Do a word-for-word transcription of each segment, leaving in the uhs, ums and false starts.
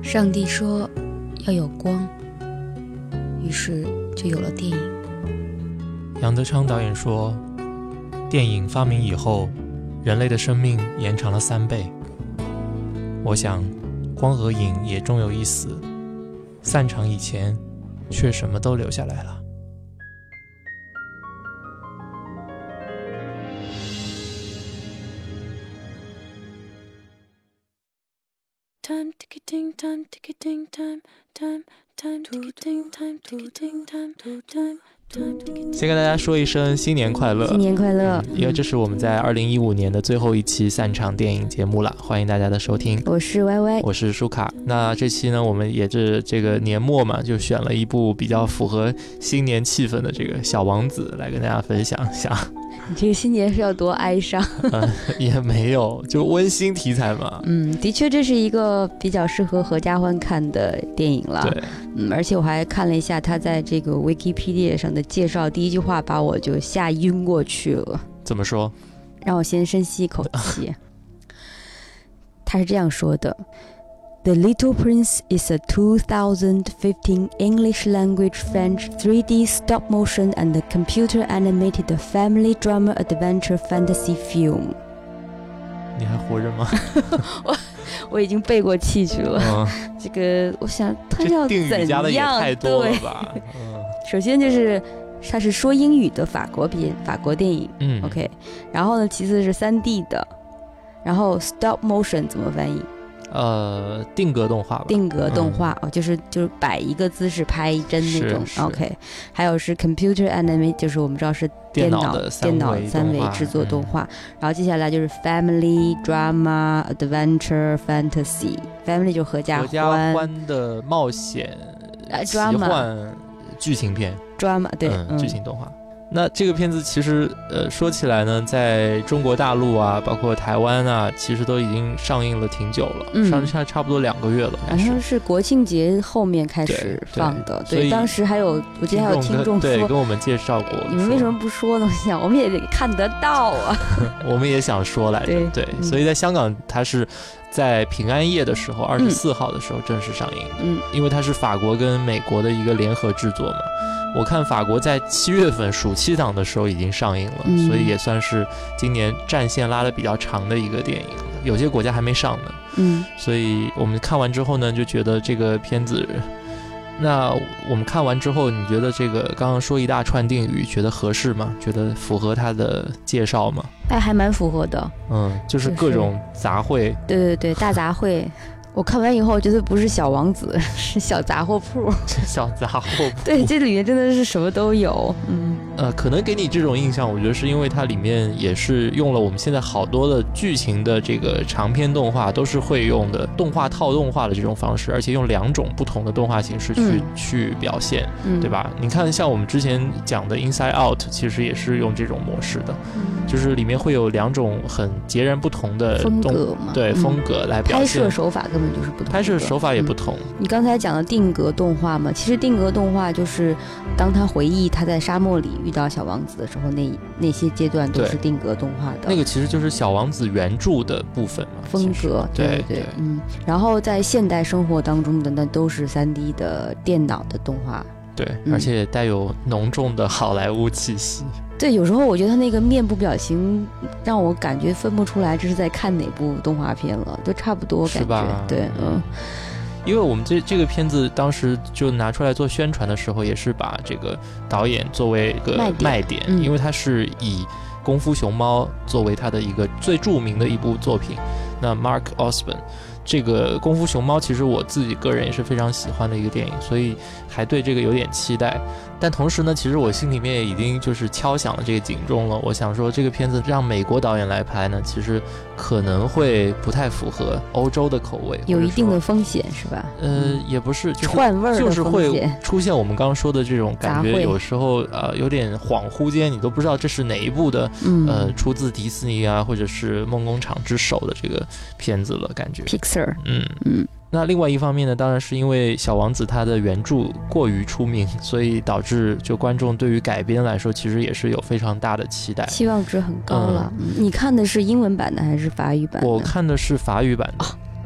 上帝说要有光，于是就有了电影。 杨德昌导演说，电影发明以后，人类的生命延长了三倍。我想，光和影也终有一死，散场以前，却什么都留下来了。 Time ticketing, time ticketing, time, time, time ticketing, time ticketing, time, time, time. 先跟大家说一声新年快乐， 新年快乐！ 因为这是我们在二零一五年的最后一期散场电影节目了，欢迎大家的收听。 我是歪歪， 我是舒卡。那这期呢，我们也是这个年末嘛，就选了一部比较符合新年气氛的这个《小王子》来跟大家分享一下。 你这个新年是要多哀伤？ 嗯，也没有，就温馨题材嘛。 嗯，的确这是一个比较适合合家欢看的电影了。 对， 嗯，而且我还看了一下他在这个 Wikipedia 上的介绍，第一句话把我就吓晕过去了。 怎么说？ 让我先深吸一口气。他是这样说的。The Little Prince is a two thousand fifteen English language French three D stop motion and computer animated family drama adventure fantasy film。 你还活着吗？ 我我已经背过气去了。 嗯、 这个我想他要怎样？ 定语加的也太多了吧？ 嗯、首先就是他是说英语的法国片法国电影， 嗯 ，OK。然后呢，其次是三 D 的，然后 stop motion 怎么翻译？ 呃，定格动画吧， 定格动画、嗯、哦，就是就是摆一个姿势拍一帧那种 ，OK。还有是 computer animate， 就是我们知道是电脑电脑三维制作动画、嗯。然后接下来就是 family drama adventure fantasy，family 就合家欢， 合家欢的冒险、 呃、 奇幻剧情片 ，drama 对、 嗯嗯， 剧情动画。那这个片子其实呃说起来呢，在中国大陆啊，包括台湾啊，其实都已经上映了挺久了，嗯、上映差不多两个月了。 好像是国庆节后面开始放的，对，对当时还有我记得还有听众说， 对，跟我们介绍过， 你们为什么不说呢？我想我们也得看得到啊， 我们也想说来着，对，对嗯、所以在香港它是在平安夜的时候，二十四号的时候正式上映，嗯，因为它是法国跟美国的一个联合制作嘛。我看法国在七月份暑期档的时候已经上映了、嗯、所以也算是今年战线拉得比较长的一个电影，有些国家还没上呢。嗯，所以我们看完之后呢，就觉得这个片子，那我们看完之后，你觉得这个刚刚说一大串定语，觉得合适吗？觉得符合他的介绍吗？ 哎，还蛮符合的。 嗯，就是各种杂烩。 对对对，大杂烩。我看完以后觉得不是小王子，是小杂货铺。 小杂货铺。 对，这里面真的是什么都有。嗯， 呃，可能给你这种印象，我觉得是因为它里面也是用了我们现在好多的剧情的这个长篇动画都是会用的动画套动画的这种方式，而且用两种不同的动画形式去、嗯、去表现、嗯，对吧？你看，像我们之前讲的 Inside Out， 其实也是用这种模式的，嗯、就是里面会有两种很截然不同的风格嘛， 对、嗯、风格来表现， 拍摄手法根本就是不同的， 拍摄手法也不同、嗯。 你刚才讲的定格动画嘛，其实定格动画就是当他回忆他在沙漠里遇到小王子的时候，那那些阶段都是定格动画的。 那个其实就是小王子原著的部分嘛， 风格，对 对, 对，嗯。然后在现代生活当中的那都是 三 D 的电脑的动画， 对、嗯，而且带有浓重的好莱坞气息。 对，有时候我觉得他那个面部表情让我感觉分不出来这是在看哪部动画片了，就差不多感觉， 是吧？ 对，嗯。 因为我们这这个片子当时就拿出来做宣传的时候，也是把这个导演作为一个卖点，卖点嗯、因为他是以《功夫熊猫》作为他的一个最著名的一部作品。那 Mark Osborne 这个《功夫熊猫》其实我自己个人也是非常喜欢的一个电影，所以还对这个有点期待。但同时呢，其实我心里面也已经就是敲响了这个警钟了。我想说，这个片子让美国导演来拍呢，其实可能会不太符合欧洲的口味， 有一定的风险，是吧？ 呃，也不是，就是串味儿的风险， 就是会出现我们刚刚说的这种感觉，有时候呃有点恍惚间，你都不知道这是哪一部的，嗯、呃，出自迪士尼啊，或者是梦工厂之手的这个片子了，感觉。 Pixar， 嗯嗯。那另外一方面呢，当然是因为小王子他的原著过于出名，所以导致就观众对于改编来说，其实也是有非常大的期待， 期望值很高了。嗯、你看的是英文版的还是法语版的？ 我看的是法语版的。 哦，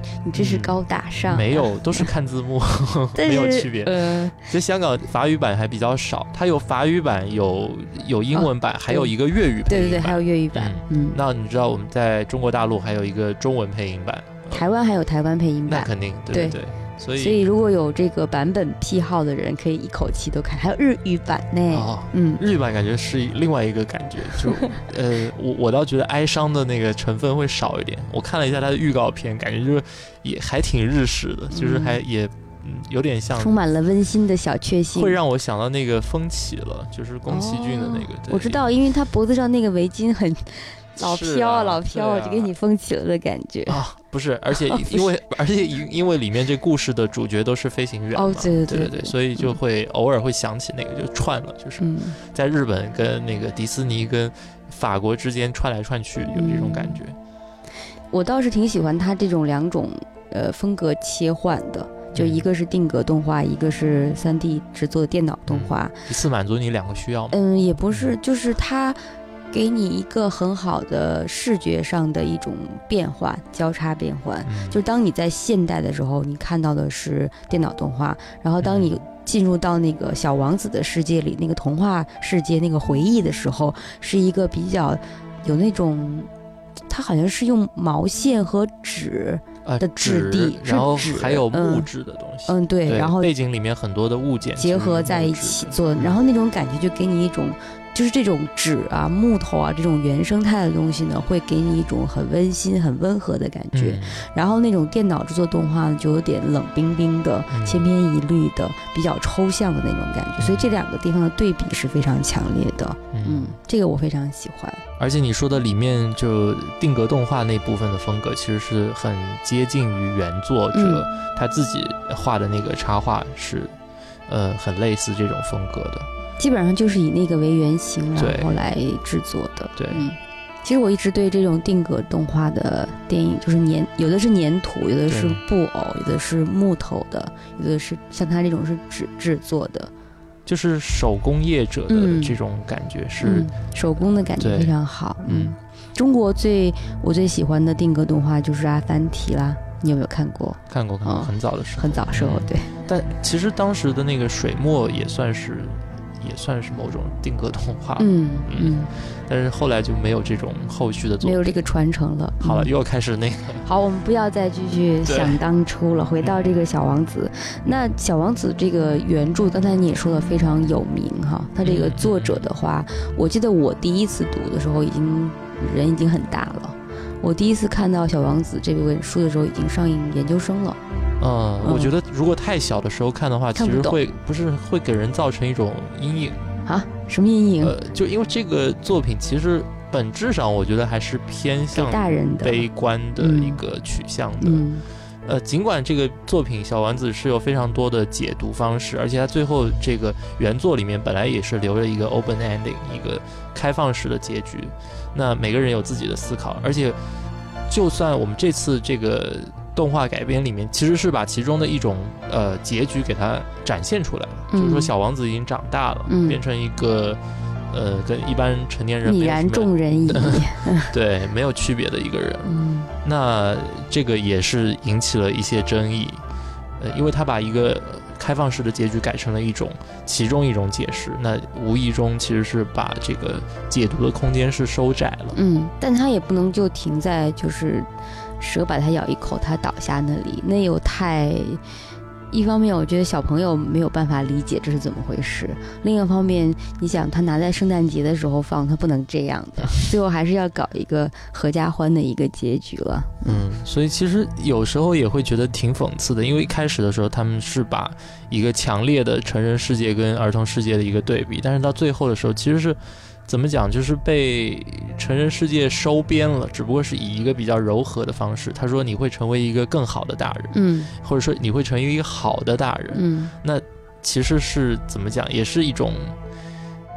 你这是高大上、啊。 没有，都是看字幕，没有区别。呃，其实香港法语版还比较少，它有法语版，有有英文版，哦、还有一个粤语配音版。 对对对，还有粤语版。嗯， 嗯那你知道我们在中国大陆还有一个中文配音版， 台湾还有台湾配音版。 那肯定，对对对。所以， 所以如果有这个版本癖好的人，可以一口气都看。还有日语版呢， 哦，嗯，日语版感觉是另外一个感觉，就呃，我我倒觉得哀伤的那个成分会少一点。我看了一下它的预告片，感觉就是也还挺日式的，就是还也嗯有点像， 充满了温馨的小确幸， 会让我想到那个风起了，就是宫崎骏的那个。 哦、我知道，因为他脖子上那个围巾很。老飘啊，老飘啊，就给你风起了的感觉啊！不是，而且因为而且因为里面这故事的主角都是飞行员嘛， 哦，对对对对，所以就会偶尔会想起那个，就串了，就是在日本跟那个迪士尼跟法国之间串来串去，有这种感觉。 我倒是挺喜欢他这种两种呃风格切换的。就一个是定格动画，一个是 三 D 制作的电脑动画， 一次满足你两个需要吗？ 嗯，也不是，就是它给你一个很好的视觉上的一种变换，交叉变换。嗯、就是当你在现代的时候，你看到的是电脑动画，然后当你进入到那个小王子的世界里，那个童话世界那个回忆的时候，是一个比较有那种，它好像是用毛线和纸的质地， 呃、然后还有木质的东西。 嗯，嗯对， 对， 然后背景里面很多的物件结合在一起做，然后那种感觉就给你一种。就是这种纸啊、木头啊这种原生态的东西呢，会给你一种很温馨、很温和的感觉。嗯、然后那种电脑制作动画呢，就有点冷冰冰的、嗯、千篇一律的、比较抽象的那种感觉。嗯、所以这两个地方的对比是非常强烈的。嗯，嗯这个我非常喜欢。 而且你说的里面就定格动画那部分的风格，其实是很接近于原作者、嗯、他自己画的那个插画是，呃，很类似这种风格的。 基本上就是以那个为原型，然后来制作的。 对， 嗯，其实我一直对这种定格动画的电影，就是粘，有的是粘土，有的是布偶，有的是木头的，有的是像它这种是纸制作的， 就是手工业者的这种感觉是、 嗯嗯、手工的感觉非常好。嗯，中国最我最喜欢的定格动画就是《阿凡提》啦。你有没有看过？ 看过，看过，很早的时候， 很早的时候，对。 但其实当时的那个水墨也算是。也算是某种定格动画， 嗯嗯， 但是后来就没有这种后续的作品， 没有这个传承了。 好了，又开始那个。 好，我们不要再继续想当初了，回到这个小王子。那小王子这个原著，刚才你也说的非常有名哈。他这个作者的话，嗯、我记得我第一次读的时候，已经人已经很大了。我第一次看到小王子这本书的时候，已经上研究生了。 嗯，我觉得如果太小的时候看的话，其实会不是会给人造成一种阴影啊？什么阴影？ 呃，就因为这个作品其实本质上，我觉得还是偏向大人的悲观的一个取向的。嗯，呃，尽管这个作品《小王子》是有非常多的解读方式，而且它最后这个原作里面本来也是留了一个 open ending， 一个开放式的结局。那每个人有自己的思考，而且就算我们这次这个。动画改编里面其实是把其中的一种呃结局给它展现出来了，嗯、就是说小王子已经长大了，嗯、变成一个呃跟一般成年人泯然众人矣， 对，没有区别的一个人。嗯、那这个也是引起了一些争议，呃，因为他把一个开放式的结局改成了一种其中一种解释，那无意中其实是把这个解读的空间是收窄了。 嗯，但他也不能就停在就是蛇把它咬一口，它倒下那里，那又太……一方面我觉得小朋友没有办法理解这是怎么回事，另一方面你想他拿在圣诞节的时候放，他不能这样的，最后还是要搞一个合家欢的一个结局了。 嗯，所以其实有时候也会觉得挺讽刺的，因为一开始的时候他们是把一个强烈的成人世界跟儿童世界的一个对比，但是到最后的时候其实是怎么讲，就是被成人世界收编了，只不过是以一个比较柔和的方式。他说你会成为一个更好的大人，嗯，或者说你会成为一个好的大人，嗯，那其实是怎么讲，也是一种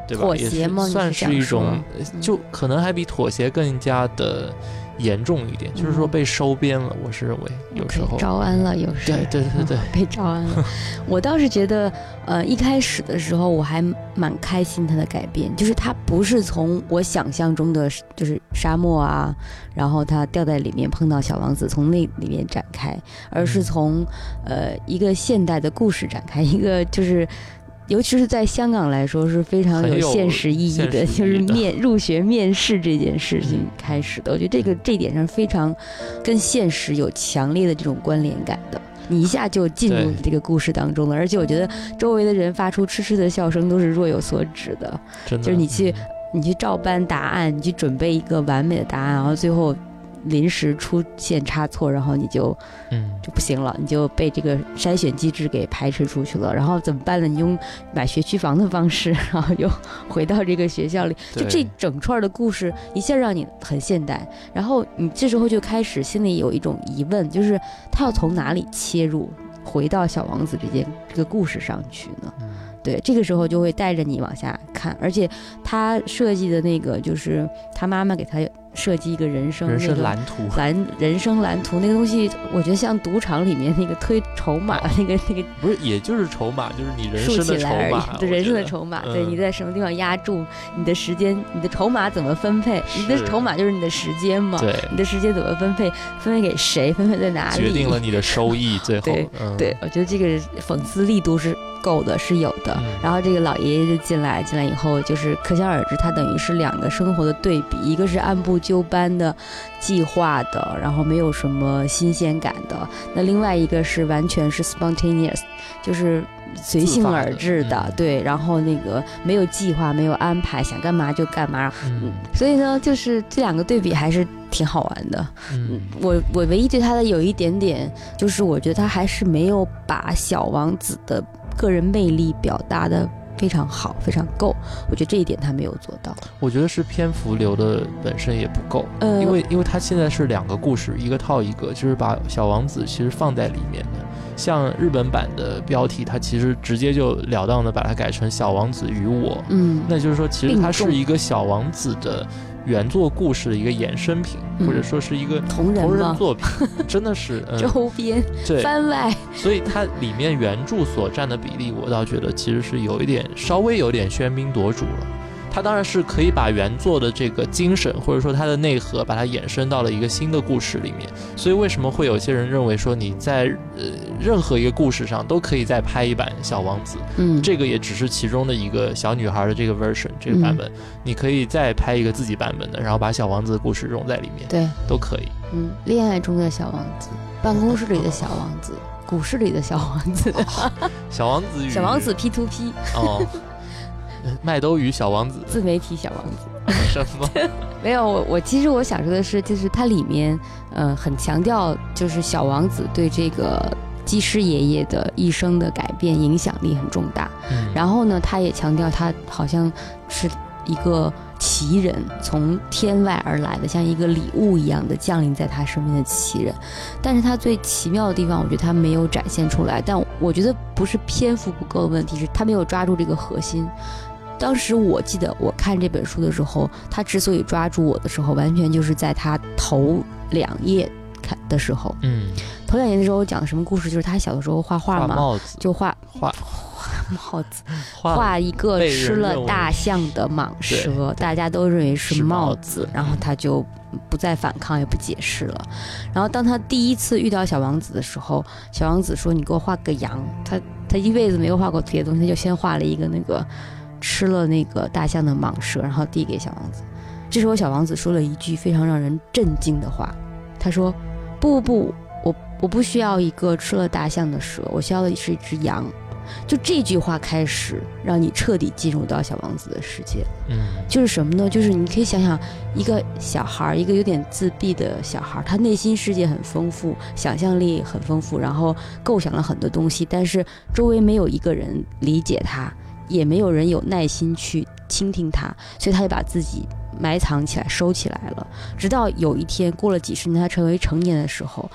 对吧？ 妥协吗？ 也是算是一种，就可能还比妥协更加的严重一点，嗯、就是说被收编了。我是认为有时候招安了，有时候对对对对、嗯、 被招安了。我倒是觉得，呃，一开始的时候我还蛮开心他的改变，就是他不是从我想象中的就是沙漠啊，然后他掉在里面碰到小王子，从那里面展开，而是从、嗯、呃一个现代的故事展开，一个就是。尤其是在香港来说是非常有现实意义的，就是面入学面试这件事情开始的。我觉得这个这一点上非常跟现实有强烈的这种关联感的，你一下就进入这个故事当中了。而且我觉得周围的人发出痴痴的笑声都是若有所指的，就是你去你去照搬答案，你去准备一个完美的答案，然后最后临时出现差错，然后你就嗯就不行了，你就被这个筛选机制给排斥出去了。然后怎么办呢？你用买学区房的方式，然后又回到这个学校里，就这整串的故事一下让你很现代。然后你这时候就开始心里有一种疑问，就是他要从哪里切入，回到小王子这件这个故事上去呢？对，这个时候就会带着你往下看，而且他设计的那个就是他妈妈给他设计一个人生人生蓝图， 蓝人生蓝图那个东西，我觉得像赌场里面那个推筹码那个那个， 不是，也就是筹码，就是你人生的筹码， 对人生的筹码，对、嗯、你在什么地方压住你的时间，你的筹码怎么分配？你的筹码就是你的时间嘛， 对， 你的时间怎么分配？分配给谁？分配在哪里？ 决定了你的收益。最后， 对、嗯、对，我觉得这个讽刺力度是够的，是有的。嗯、然后这个老爷爷就进来，进来以后就是可想而知，他等于是两个生活的对比，一个是按部就班的计划的，然后没有什么新鲜感的，那另外一个是完全是 spontaneous， 就是随性而至的， 嗯、 对，然后那个没有计划，没有安排，想干嘛就干嘛。嗯，所以呢，就是这两个对比还是挺好玩的。 嗯， 我我唯一对他的有一点点，就是我觉得他还是没有把小王子的个人魅力表达的非常好，非常够，我觉得这一点他没有做到。 我觉得是篇幅留的本身也不够，呃，因为因为他现在是两个故事，一个套一个，就是把小王子其实放在里面的。像日本版的标题，它其实直接就了当的把它改成《小王子与我》， 嗯， 那就是说，其实它是一个小王子的原作故事的一个衍生品， 嗯、 或者说是一个同人同人作品，真的是、嗯、 周边番外。 所以它里面原著所占的比例，我倒觉得其实是有一点稍微有点喧宾夺主了。它当然是可以把原作的这个精神或者说它的内核把它衍生到了一个新的故事里面，所以为什么会有些人认为说你在呃任何一个故事上都可以再拍一版小王子， 嗯， 这个也只是其中的一个小女孩的这个 version 这个版本、嗯、你可以再拍一个自己版本的，然后把小王子的故事融在里面， 对， 都可以。 嗯，恋爱中的小王子，办公室里的小王子，股市里的小王子， 小王子与小王子 P to P 哦。麦兜与小王子， 自媒体小王子什么？ 没有，我我其实我想说的是，就是它里面呃很强调，就是小王子对这个技师爷爷的一生的改变影响力很重大。 嗯、 然后呢，他也强调他好像是一个奇人，从天外而来的，像一个礼物一样的降临在他身边的奇人。但是他最奇妙的地方，我觉得他没有展现出来。但我觉得不是篇幅不够的问题，是他没有抓住这个核心。当时我记得我看这本书的时候，他之所以抓住我的时候，完全就是在他头两页看的时候。 嗯， 头两页的时候讲的什么故事？就是他小的时候画画嘛， 画帽子就画画帽子，画一个吃了大象的蟒蛇，大家都认为是帽子，然后他就不再反抗，也不解释了。然后当他第一次遇到小王子的时候，小王子说：“你给我画个羊。”他他一辈子没有画过别的东西，他就先画了一个那个吃了那个大象的蟒蛇，然后递给小王子。这时候小王子说了一句非常让人震惊的话，他说：“不不不，我我不需要一个吃了大象的蛇，我需要的是一只羊。”就这句话开始让你彻底进入到小王子的世界。 嗯， 就是什么呢？就是你可以想想，一个小孩，一个有点自闭的小孩，他内心世界很丰富，想象力很丰富，然后构想了很多东西，但是周围没有一个人理解他，也没有人有耐心去倾听他，所以他就把自己埋藏起来，收起来了。直到有一天，过了几十年，他成为成年的时候，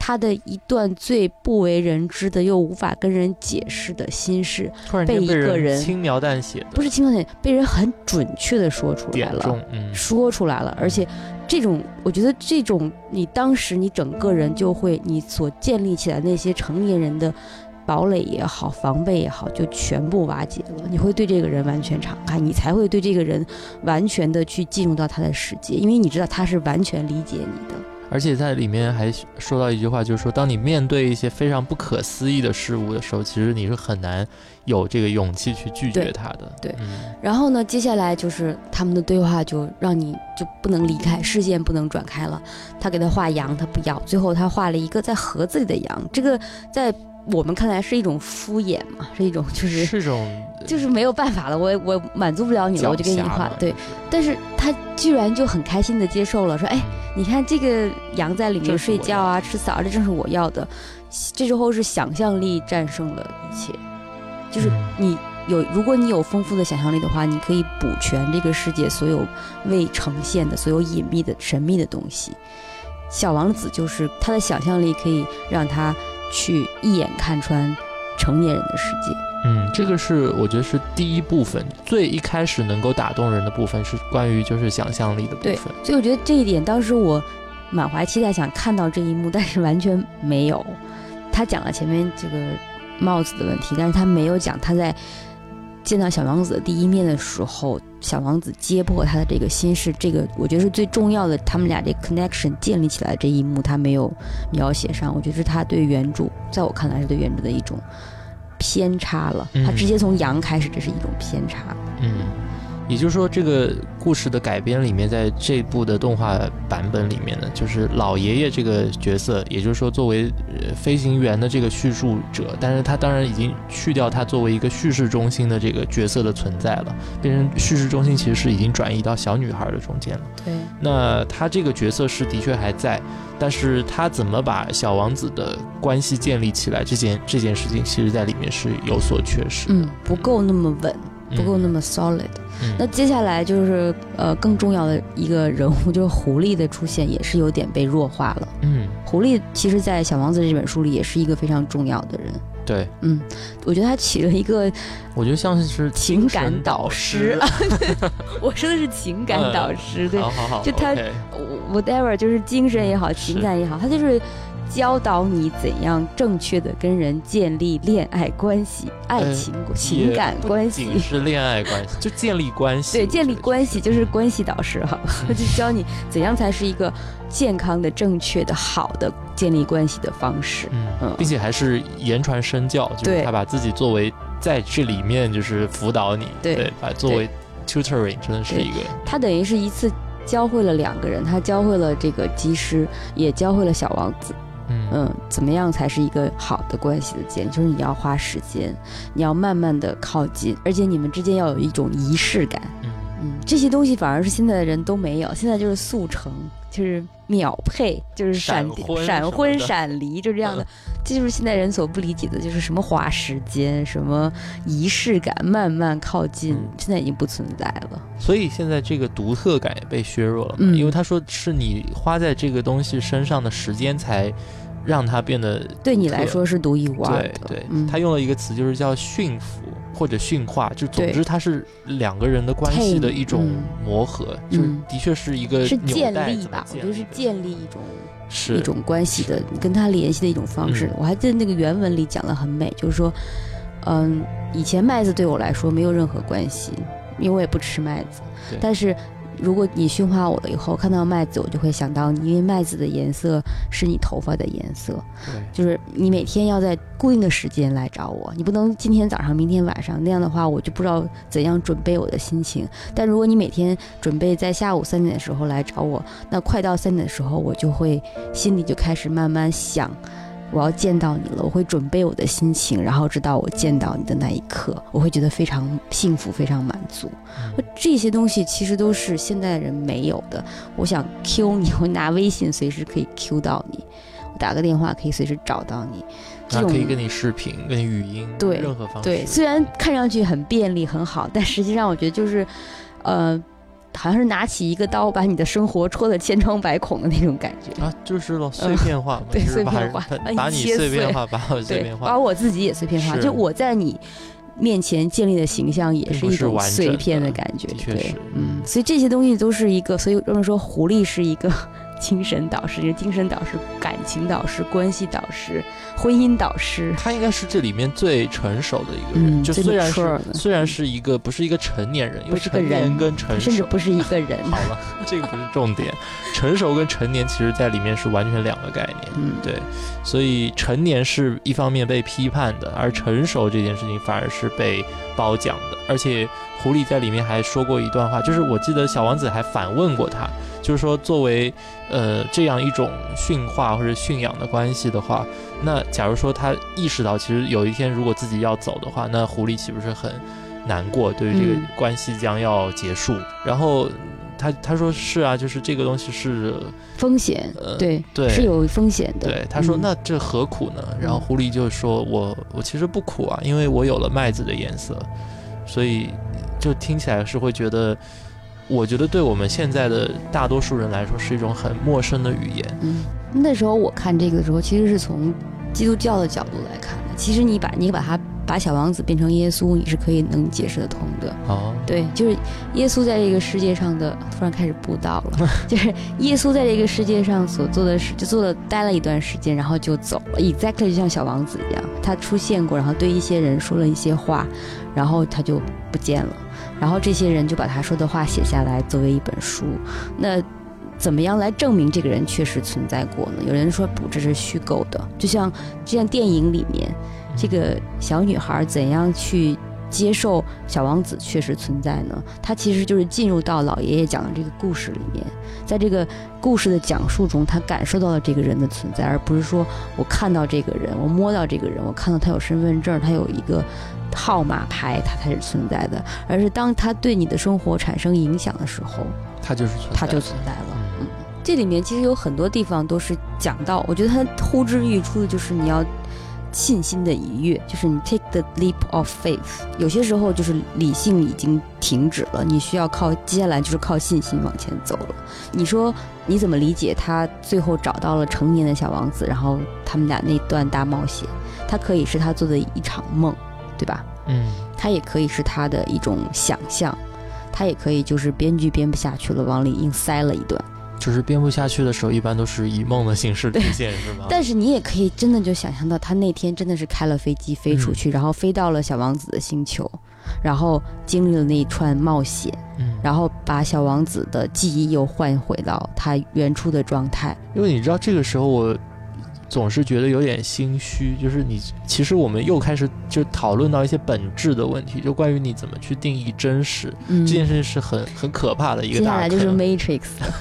他的一段最不为人知的又无法跟人解释的心事， 被一个人轻描淡写的， 不是轻描淡写，被人很准确的说出来了， 嗯、 说出来了，而且这种，我觉得这种你当时你整个人就会，你所建立起来那些成年人的堡垒也好，防备也好，就全部瓦解了。你会对这个人完全敞开，你才会对这个人完全的去进入到他的世界，因为你知道他是完全理解你的。 而且在里面还说到一句话，就是说当你面对一些非常不可思议的事物的时候，其实你是很难有这个勇气去拒绝它的。 对，对嗯、然后呢，接下来就是他们的对话就让你就不能离开，视线不能转开了。他给他画羊，他不要，最后他画了一个在盒子里的羊，这个在我们看来是一种敷衍嘛，是一种就是是种就是没有办法了，我我满足不了你了，我就给你画。对，但是他居然就很开心的接受了，说哎，你看这个羊在里面睡觉啊，吃草，这正是我要的。这时候是想象力战胜了一切，就是你有，如果你有丰富的想象力的话，你可以补全这个世界所有未呈现的、所有隐秘的、神秘的东西。小王子就是他的想象力可以让他去一眼看穿成年人的世界。 嗯，这个是我觉得是第一部分，最一开始能够打动人的部分是关于就是想象力的部分。 对，所以我觉得这一点当时我满怀期待想看到这一幕，但是完全没有。他讲了前面这个帽子的问题，但是他没有讲他在见到小王子的第一面的时候，小王子揭破他的这个心事，这个我觉得是最重要的，他们俩这 connection 建立起来这一幕他没有描写上，我觉得是他对原著，在我看来是对原著的一种偏差了。他直接从羊开始，这是一种偏差。 嗯，也就是说这个故事的改编里面，在这部的动画版本里面呢，就是老爷爷这个角色，也就是说作为飞行员的这个叙述者，但是他当然已经去掉他作为一个叙事中心的这个角色的存在了，变成叙事中心其实是已经转移到小女孩的中间了。 对， 那他这个角色是的确还在，但是他怎么把小王子的关系建立起来，这件这件事情其实在里面是有所缺失的， 嗯，不够那么稳，不够那么 solid。嗯、那接下来就是呃更重要的一个人物，就是狐狸的出现，也是有点被弱化了。 嗯， 狐狸其实在小王子这本书里也是一个非常重要的人。 对， 嗯，我觉得他起了一个， 我觉得像是情感导师。我说的是情感导师，嗯、对， 好好好， 就他、okay. whatever， 就是精神也好，情感也好，他就是教导你怎样正确的跟人建立恋爱关系、爱情、呃、情感关系， 不仅是恋爱关系，就建立关系。 对，建立关系就是关系导师哈，他就教你怎样才是一个健康的、正确的、好的建立关系的方式。 嗯，嗯并且还是言传身教，就是他把自己作为在这里面就是辅导你， 对， 对把作为 tutoring 真的是一个， 他等于是一次教会了两个人，他教会了这个技师，也教会了小王子。 嗯, 嗯，怎么样才是一个好的关系的建立？就是你要花时间，你要慢慢的靠近，而且你们之间要有一种仪式感。 嗯嗯，这些东西反而是现在的人都没有，现在就是速成，就是秒配，就是闪闪婚闪离，就这样的。这就是现代人所不理解的，就是什么花时间，什么仪式感，慢慢靠近，嗯、现在已经不存在了。 所以现在这个独特感也被削弱了嘛， 嗯、 因为他说是你花在这个东西身上的时间才让它变得对你来说是独一无二的。 对对、 嗯， 他用了一个词就是叫驯服或者驯化，就总之它是两个人的关系的一种磨合， 嗯、 就的确是一个是建立吧，我觉得是建立一种是一种关系的，跟他联系的一种方式。嗯、我还记得那个原文里讲得很美，就是说，嗯，以前麦子对我来说没有任何关系，因为我也不吃麦子，但是如果你驯化我了以后，看到麦子我就会想到你，因为麦子的颜色是你头发的颜色，就是你每天要在固定的时间来找我，你不能今天早上明天晚上，那样的话我就不知道怎样准备我的心情。但如果你每天准备在下午三点的时候来找我，那快到三点的时候我就会心里就开始慢慢想，我要见到你了，我会准备我的心情，然后直到我见到你的那一刻，我会觉得非常幸福，非常满足。嗯、这些东西其实都是现代人没有的。我想 Q 你，我拿微信随时可以 Q 到你，我打个电话可以随时找到你， 这种可以跟你视频、跟你语音， 对， 任何方式。 对，虽然看上去很便利很好，但实际上我觉得就是，呃。 好像是拿起一个刀把你的生活戳得千疮百孔的那种感觉啊，就是咯，碎片化嘛、嗯、 对，碎片化， 把你碎片化，把我碎片化， 把我自己也碎片化，就我在你面前建立的形象也是一种碎片的感觉，对，嗯，所以这些东西都是一个，所以人们说狐狸是一个精神导师，精神导师、感情导师、关系导师、婚姻导师， 他应该是这里面最成熟的一个人。 嗯、 就虽然是虽然是一个不是一个成年人，因为成年跟成熟甚至不是一个人。 好了，这个不是重点。成熟跟成年其实在里面是完全两个概念。 嗯， 对。所以成年是一方面被批判的，而成熟这件事情反而是被褒奖的。而且狐狸在里面还说过一段话，就是我记得小王子还反问过他。就是说作为呃这样一种驯化或者驯养的关系的话，那假如说他意识到其实有一天如果自己要走的话，那狐狸岂不是很难过，对于这个关系将要结束、嗯、然后他他说是啊，就是这个东西是风险、呃、对对是有风险的， 对他说、嗯、那这何苦呢？然后狐狸就说我我其实不苦啊，因为我有了麦子的颜色，所以就听起来是会觉得，我觉得对我们现在的大多数人来说是一种很陌生的语言。 嗯，那时候我看这个的时候，其实是从基督教的角度来看的。其实你把你把它把小王子变成耶稣，你是可以能解释得通的。 哦， 对，就是耶稣在这个世界上的，突然开始布道了，就是耶稣在这个世界上所做的事，就做了待了一段时间，然后就走了 ，exactly 就像小王子一样，他出现过，然后对一些人说了一些话，然后他就不见了。然后这些人就把他说的话写下来作为一本书。那怎么样来证明这个人确实存在过呢？有人说不，这是虚构的，就像就像电影里面这个小女孩怎样去接受小王子确实存在呢？他其实就是进入到老爷爷讲的这个故事里面，在这个故事的讲述中，他感受到了这个人的存在，而不是说我看到这个人，我摸到这个人，我看到他有身份证，他有一个号码牌，它才是存在的，而是当它对你的生活产生影响的时候， 它就是存在， 它就存在了。嗯，这里面其实有很多地方都是讲到，我觉得它呼之欲出的就是你要信心的一跃，就是你 take the leap of faith。有些时候就是理性已经停止了，你需要靠接下来就是靠信心往前走了。你说你怎么理解他最后找到了成年的小王子，然后他们俩那段大冒险？它可以是他做的一场梦。对吧？ 嗯， 它也可以是他的一种想象，它也可以就是编剧编不下去了，往里硬塞了一段。 就是编不下去的时候，一般都是以梦的形式出现，是吗？ 但是你也可以真的就想象到，他那天真的是开了飞机飞出去、嗯，然后飞到了小王子的星球，然后经历了那一串冒险， 嗯， 然后把小王子的记忆又换回到他原初的状态。 因为你知道，这个时候我总是觉得有点心虚，就是你其实我们又开始就讨论到一些本质的问题，就关于你怎么去定义真实、嗯、这件事是很很可怕的一个大坑。 接下来就是 Matrix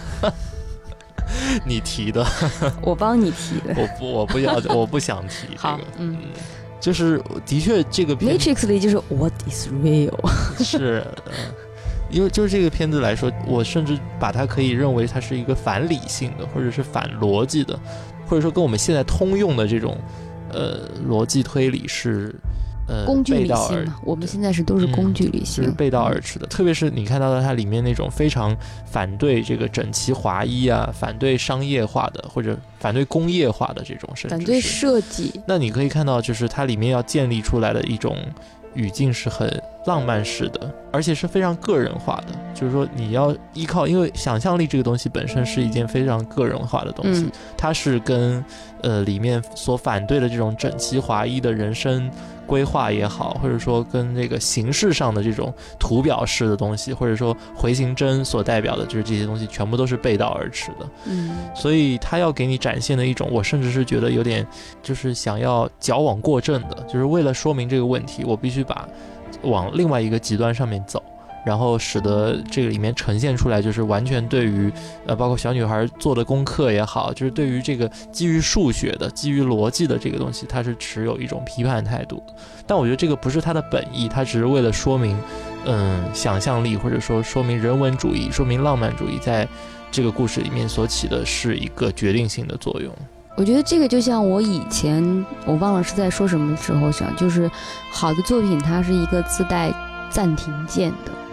你提的我帮你提的我不我不要我不想提这个。 好，嗯， 就是的确这个片 Matrix 里就是 What is real 是、呃、因为就是这个片子来说，我甚至把它可以认为它是一个反理性的，或者是反逻辑的，或者说跟我们现在通用的这种呃逻辑推理是呃工具理性嘛，我们现在是都是工具理性、 嗯、就是背道而驰的、嗯、特别是你看到它里面那种非常反对这个整齐划一啊，反对商业化的或者反对工业化的这种，甚至反对设计， 那你可以看到就是它里面要建立出来的一种语境是很浪漫式的，而且是非常个人化的，就是说你要依靠，因为想象力这个东西本身是一件非常个人化的东西、嗯、它是跟呃里面所反对的这种整齐划一的人生规划也好，或者说跟这个形式上的这种图表式的东西，或者说回形针所代表的就是这些东西全部都是背道而驰的。 嗯， 所以他要给你展现的一种，我甚至是觉得有点就是想要矫枉过正的，就是为了说明这个问题，我必须把往另外一个极端上面走，然后使得这个里面呈现出来就是完全对于呃包括小女孩做的功课也好，就是对于这个基于数学的基于逻辑的这个东西，它是持有一种批判态度的。但我觉得这个不是它的本意，它只是为了说明嗯想象力，或者说说明人文主义，说明浪漫主义在这个故事里面所起的是一个决定性的作用。 我觉得这个就像我以前我忘了是在说什么时候想，就是好的作品它是一个自带暂停键的，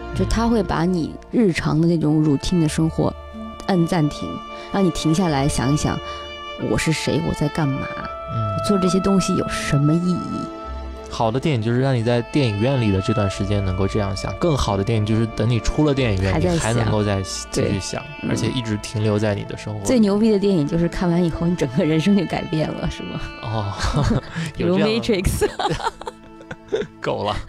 就它会把你日常的那种 routine 的生活按暂停，让你停下来想一想，我是谁，我在干嘛，嗯，我做这些东西有什么意义。 好的电影就是让你在电影院里的这段时间能够这样想，更好的电影就是等你出了电影院，你还能够再继续想，而且一直停留在你的生活。 最牛逼的电影就是看完以后，你整个人生就改变了，是吗？ 哦， 比如 Matrix 够了。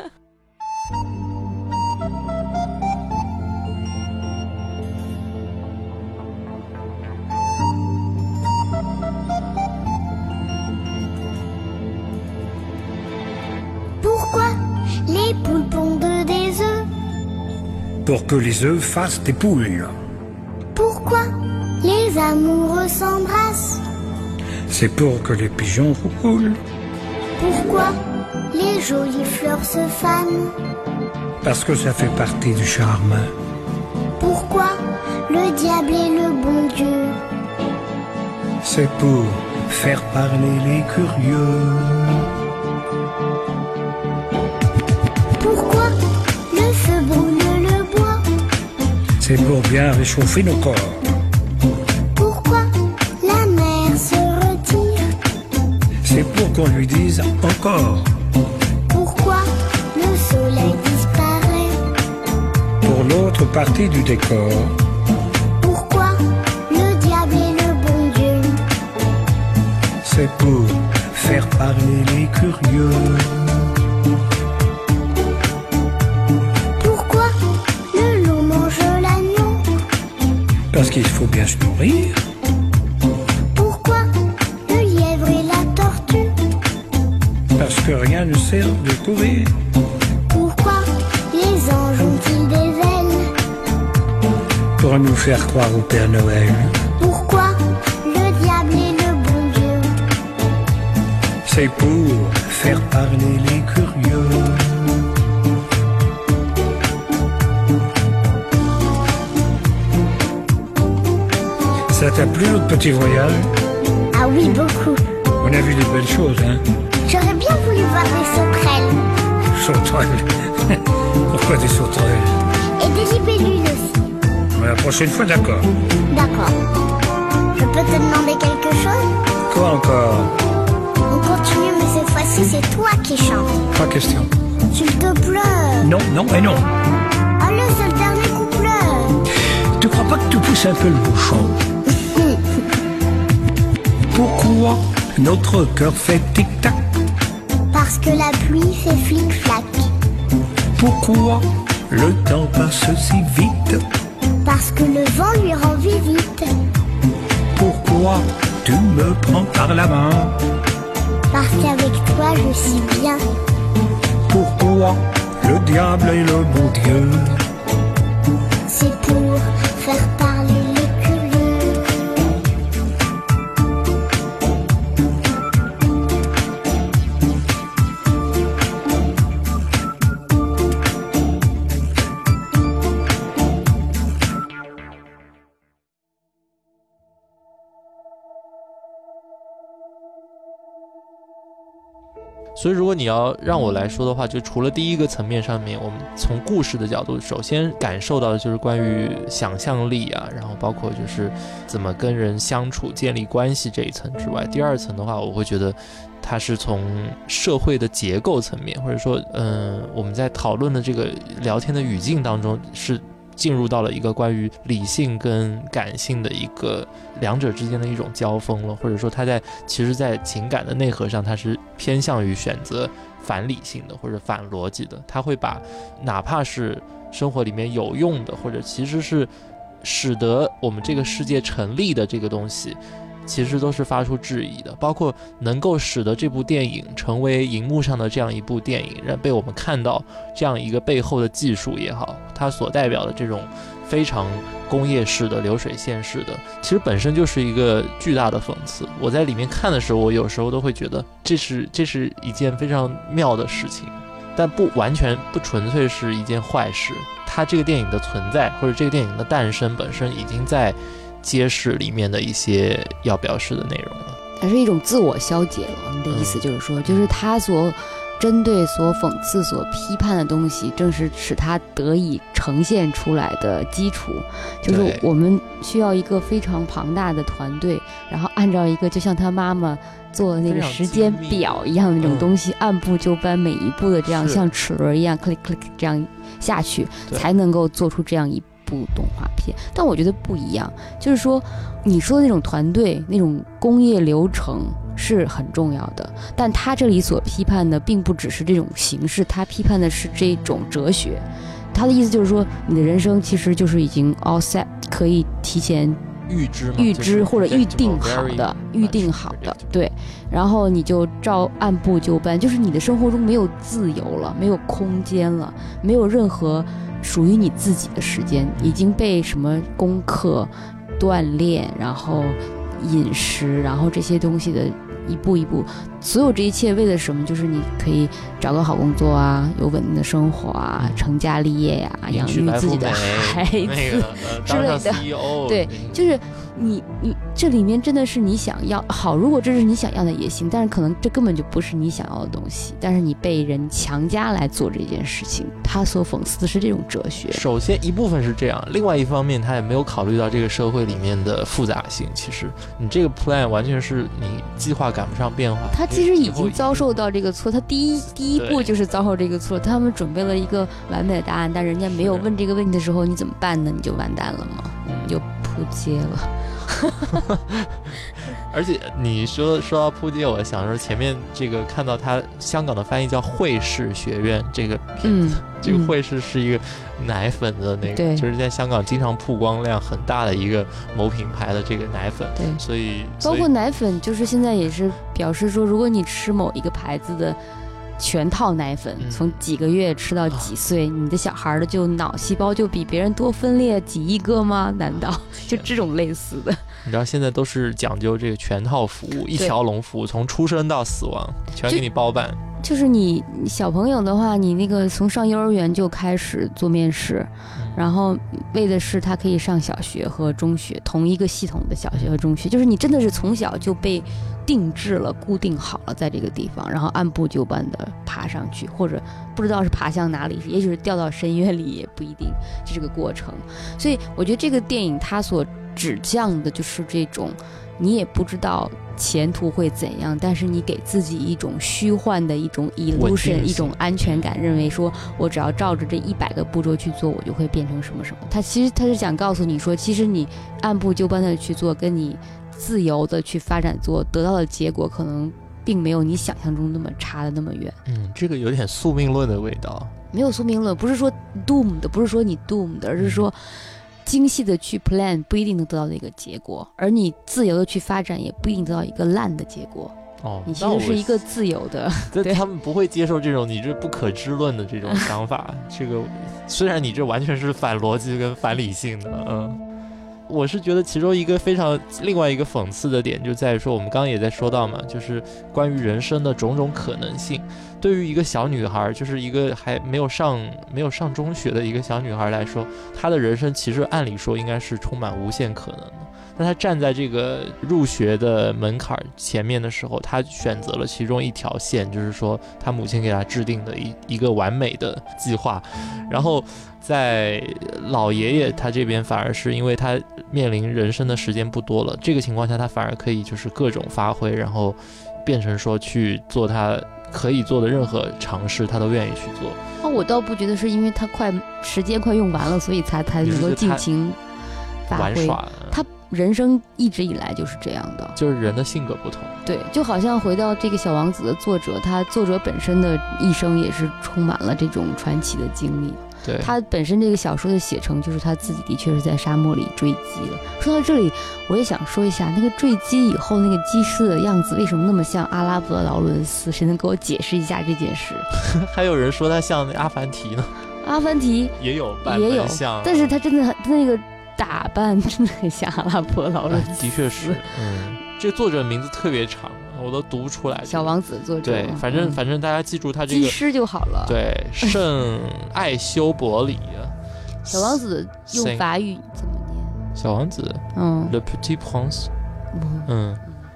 Les poules pondent des œufs. Pour que les œufs fassent des poules. Pourquoi les amoureux s'embrassent? C'est pour que les pigeons roulent. Pourquoi les jolies fleurs se fanent? Parce que ça fait partie du charme. Pourquoi le diable est le bon Dieu? C'est pour faire parler les curieux. Pourquoi le feu brûle le bois? C'est pour bien réchauffer nos corps. Pourquoi la mer se retire? C'est pour qu'on lui dise encore. Pourquoi le soleil disparaît? Pour l'autre partie du décor. Pourquoi le diable est le bon Dieu? C'est pour faire parler les curieux. Parce qu'il faut bien se nourrir. Pourquoi le lièvre et la tortue? Parce que rien ne sert de courir. Pourquoi les anges ont-ils des ailes? Pour nous faire croire au Père Noël. Pourquoi le diable est le bon Dieu? C'est pour faire parler les curieux. Ça t'a plu notre petit voyage? Ah oui, beaucoup. On a vu des belles choses, hein? J'aurais bien voulu voir des sauterelles. Sauterelles? Pourquoi des sauterelles? Et des libellules aussi. La prochaine fois, d'accord. D'accord. Je peux te demander quelque chose? Quoi encore? On continue, mais cette fois-ci, c'est toi qui chantes. Pas question. S'il te plaît. Non, non et non. Allez, c'est le dernier couplet. Tu crois pas que tu pousses un peu le bouchon? Pourquoi notre cœur fait tic-tac? Parce que la pluie fait flic-flac. Pourquoi le temps passe si vite? Parce que le vent lui rend visite. Pourquoi tu me prends par la main? Parce qu'avec toi je suis bien. Pourquoi le diable est le bon Dieu? C'est pour faire parler les curieux. 所以如果你要让我来说的话，就除了第一个层面上面，我们从故事的角度首先感受到的就是关于想象力啊，然后包括就是怎么跟人相处建立关系这一层之外，第二层的话我会觉得它是从社会的结构层面，或者说嗯，我们在讨论的这个聊天的语境当中是进入到了一个关于理性跟感性的一个两者之间的一种交锋了，或者说它在其实在情感的内核上它是偏向于选择反理性的或者反逻辑的，它会把哪怕是生活里面有用的或者其实是使得我们这个世界成立的这个东西其实都是发出质疑的，包括能够使得这部电影成为荧幕上的这样一部电影，让被我们看到这样一个背后的技术也好，它所代表的这种非常工业式的流水线式的，其实本身就是一个巨大的讽刺。我在里面看的时候，我有时候都会觉得这是这是一件非常妙的事情，但不完全不纯粹是一件坏事。它这个电影的存在或者这个电影的诞生本身已经在揭示里面的一些要表示的内容了， 它是一种自我消解了。你的意思就是说、嗯、就是他所针对所讽刺所批判的东西，正是使它得以呈现出来的基础。就是我们需要一个非常庞大的团队，然后按照一个就像他妈妈做的那个时间表一样的那种东西，嗯、按部就班，每一步的这样像齿轮一样 click click 这样下去，才能够做出这样一部动画片。但我觉得不一样，就是说你说的那种团队那种工业流程是很重要的，但他这里所批判的并不只是这种形式，他批判的是这种哲学。他的意思就是说，你的人生其实就是已经 all set， 可以提前预知预知或者预定好的，预定好的，对。然后你就照按部就班，就是你的生活中没有自由了，没有空间了，没有任何属于你自己的时间，已经被什么功课、锻炼，然后饮食，然后这些东西的一步一步，所有这一切为了什么？就是你可以找个好工作啊，有稳定的生活啊，成家立业呀、啊，养育自己的孩子、那个呃、之类的。 C E O, 对，就是你你这里面真的是你想要好，如果这是你想要的也行，但是可能这根本就不是你想要的东西，但是你被人强加来做这件事情，他所讽刺的是这种哲学。 首先一部分是这样，另外一方面他也没有考虑到这个社会里面的复杂性。其实你这个 plan 完全是你计划赶不上变化。 他其实已经遭受到这个错，他第一第一步就是遭受这个错，他们准备了一个完美的答案，但人家没有问这个问题的时候，你怎么办呢？你就完蛋了吗？你就扑街了。 而且你说说到扑街，我想说前面这个看到他香港的翻译叫汇市学院这个片子、嗯、这个汇市是一个奶粉的那个、嗯、就是在香港经常曝光量很大的一个某品牌的这个奶粉。 对， 所以包括奶粉就是现在也是表示说，如果你吃某一个牌子的全套奶粉、嗯、从几个月吃到几岁、啊、你的小孩的就脑细胞就比别人多分裂几亿个吗？难道就这种类似的？ 你知道现在都是讲究这个全套服务，一条龙服务，从出生到死亡全给你包办。 就, 就是你小朋友的话，你那个从上幼儿园就开始做面试、嗯、然后为的是他可以上小学和中学，同一个系统的小学和中学，就是你真的是从小就被定制了，固定好了在这个地方，然后按部就班的爬上去，或者不知道是爬向哪里，也许是掉到深渊里也不一定，这是个过程。所以我觉得这个电影它所指向的就是这种你也不知道前途会怎样，但是你给自己一种虚幻的一种 illusion， 一种安全感，认为说我只要照着这一百个步骤去做，我就会变成什么什么。他其实他是想告诉你说，其实你按部就班的去做，跟你自由的去发展做，得到的结果可能并没有你想象中那么差的那么远。 嗯，这个有点宿命论的味道。 没有宿命论，不是说 doomed， 不是说你 doomed， 而是说精细的去 plan 不一定能得到的一个结果，而你自由的去发展也不一定得到一个烂的结果。 哦， 你其实是一个自由的， 对，他们不会接受这种你这不可知论的这种想法。这个虽然你这完全是反逻辑跟反理性的，嗯。我是觉得其中一个非常另外一个讽刺的点就在于说，我们刚刚也在说到嘛，就是关于人生的种种可能性。对于一个小女孩，就是一个还没有上没有上中学的一个小女孩来说，她的人生其实按理说应该是充满无限可能的。但她站在这个入学的门槛前面的时候，她选择了其中一条线，就是说她母亲给她制定的一一个完美的计划。然后在老爷爷他这边反而是因为他面临人生的时间不多了，这个情况下他反而可以就是各种发挥，然后变成说去做他可以做的任何尝试他都愿意去做。 哦，我倒不觉得是因为他快时间快用完了所以才才能够尽情发挥， 玩耍。 他人生一直以来就是这样的， 就是人的性格不同。 对，就好像回到这个小王子的作者，他作者本身的一生也是充满了这种传奇的经历。 对， 他本身这个小说的写成就是他自己的确是在沙漠里坠机了。说到这里我也想说一下，那个坠机以后那个机师的样子为什么那么像阿拉伯劳伦斯，谁能给我解释一下这件事？ 还有人说他像阿凡提呢。 阿凡提也有版本像， 但是他真的很那个打扮真的很像阿拉伯劳伦斯、哎、 的确是。嗯，这个作者名字特别长，我都读不出来。 小王子作者， 对，反正、嗯、反正大家记住他这个机师就好了。 对，圣艾修伯里。 小王子用法语怎么念？ 小王子， 嗯 ，Le Petit Prince， 嗯，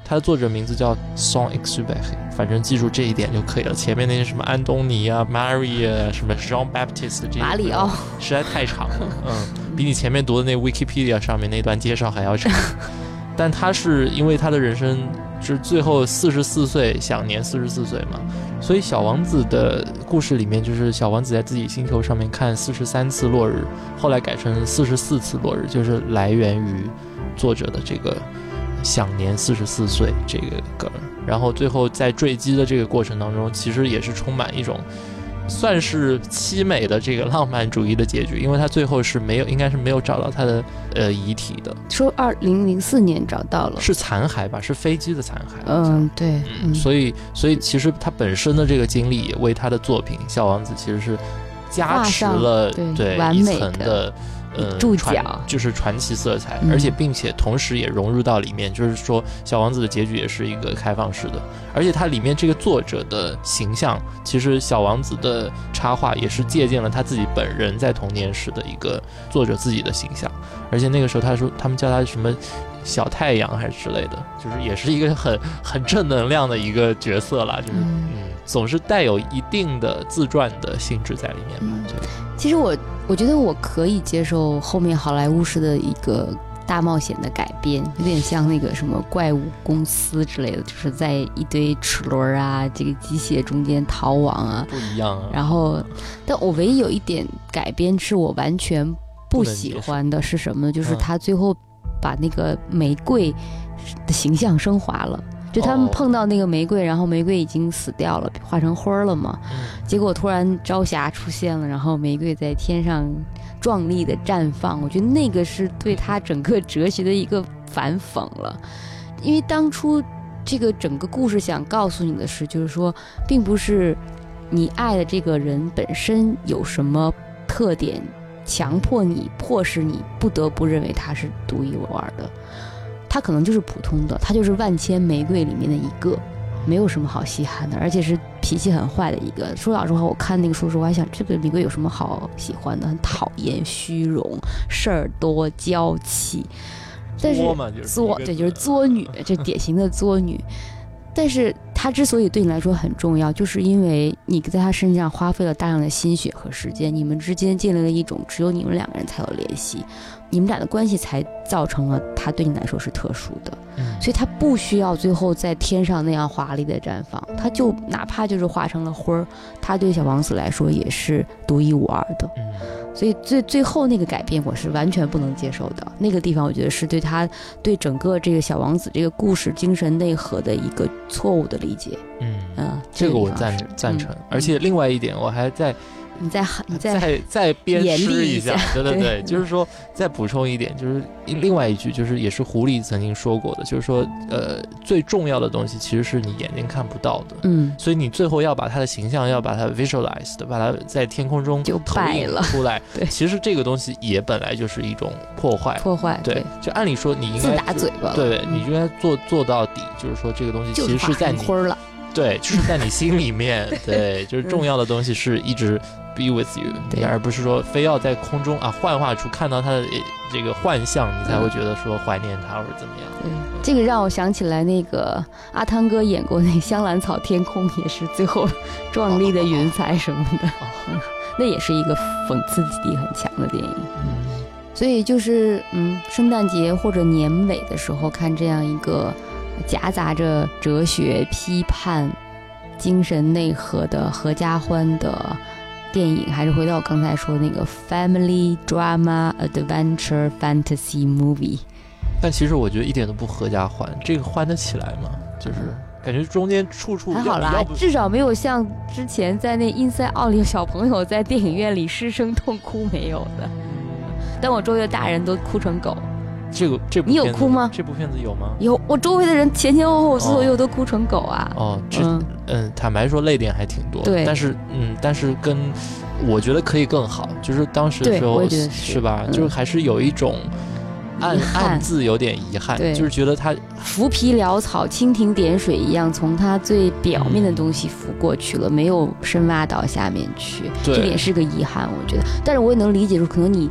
它的作者名字叫 Saint-Exupéry， 反正记住这一点就可以了。前面那些什么安东尼啊、Marie 啊、什么 Jean-Baptiste 这些马里奥实在太长了，嗯，比你前面读的那 Wikipedia 上面那段介绍还要长。但他是因为他的人生是最后四十四岁，享年四十四岁嘛，所以小王子的故事里面就是小王子在自己星球上面看四十三次落日，后来改成四十四次落日，就是来源于作者的这个享年四十四岁这个梗。然后最后在坠机的这个过程当中，其实也是充满一种算是凄美的这个浪漫主义的结局，因为他最后是没有，应该是没有找到他的呃遗体的。 说二零零四年找到了， 是残骸吧？是飞机的残骸。 嗯，对。 嗯，所以所以其实他本身的这个经历也为他的作品《小王子》其实是加持了对对完美一层的。呃， 注脚就是传奇色彩， 嗯， 而且并且同时也融入到里面，就是说小王子的结局也是一个开放式的，而且它里面这个作者的形象，其实小王子的插画也是借鉴了他自己本人在童年时的一个作者自己的形象，而且那个时候他说他们叫他什么小太阳还是之类的，就是也是一个很很正能量的一个角色啦，就是嗯，嗯总是带有一定的自传的性质在里面吧。 嗯，其实我我觉得我可以接受后面好莱坞式的一个大冒险的改编，有点像那个什么怪物公司之类的，就是在一堆齿轮啊这个机械中间逃亡啊， 不一样啊。 然后但我唯一有一点改编是我完全不喜欢的是什么呢？就是他最后把那个玫瑰的形象升华了，就他们碰到那个玫瑰，然后玫瑰已经死掉了，化成灰了嘛，结果突然朝霞出现了，然后玫瑰在天上壮丽的绽放，我觉得那个是对他整个哲学的一个反讽了。因为当初这个整个故事想告诉你的是，就是说并不是你爱的这个人本身有什么特点强迫你迫使你不得不认为他是独一无二的，他可能就是普通的，他就是万千玫瑰里面的一个，没有什么好稀罕的，而且是脾气很坏的一个。说老实话，我看那个书时我还想这个玫瑰有什么好喜欢的，很讨厌，虚荣，事儿多，娇气，但是作对就是作女，这典型的作女。但是他之所以对你来说很重要，就是因为你在他身上花费了大量的心血和时间，你们之间建立了一种只有你们两个人才有联系，你们俩的关系才造成了他对你来说是特殊的，所以他不需要最后在天上那样华丽的绽放，他就哪怕就是化成了灰儿，他对小王子来说也是独一无二的。所以最最后那个改变我是完全不能接受的，那个地方我觉得是对他对整个这个小王子这个故事精神内核的一个错误的理解。 嗯嗯， 这个我赞赞成、嗯。而且另外一点，我还在你再你再再再鞭尸一下，对对对, 对，就是说再补充一点，就是另外一句，就是也是狐狸曾经说过的，就是说呃最重要的东西其实是你眼睛看不到的， 嗯， 所以你最后要把它的形象要把它 visualize 的，把它在天空中就败了出来。 对， 其实这个东西也本来就是一种破坏， 破坏。 对， 对就按理说你应该自打嘴巴了， 对，你就应该做做到底，就是说这个东西其实是在你灰了。 对，就是在你心里面，对，就是重要的东西是一直 be with you， 而不是说非要在空中啊幻化出看到它的这个幻象，你才会觉得说怀念它或者怎么样。 对，这个让我想起来那个阿汤哥演过那个《香兰草天空》，也是最后壮丽的云彩什么的，哦、那也是一个讽刺基地很强的电影。嗯，所以就是嗯，圣诞节或者年尾的时候看这样一个夹杂着哲学批判精神内核的合家欢的电影，还是回到我刚才说那个 family drama adventure fantasy movie。 但其实我觉得一点都不合家欢，这个欢得起来吗？就是感觉中间处处还好啦，至少没有像之前在那 Inside Out 里小朋友在电影院里失声痛哭没有的，但我周围的大人都哭成狗。 这个这部你有哭吗？ 这部片子有吗？ 有，我周围的人前前后后左右都哭成狗啊。 哦，这嗯, 嗯，坦白说泪点还挺多。 对， 但是嗯，但是跟我觉得可以更好，就是当时的时候是, 是吧、 嗯？ 就是还是有一种暗暗自有点遗憾，就是觉得他浮皮潦草、蜻蜓点水一样，从他最表面的东西浮过去了，嗯、没有深挖到下面去，这点是个遗憾，我觉得。但是我也能理解，说可能你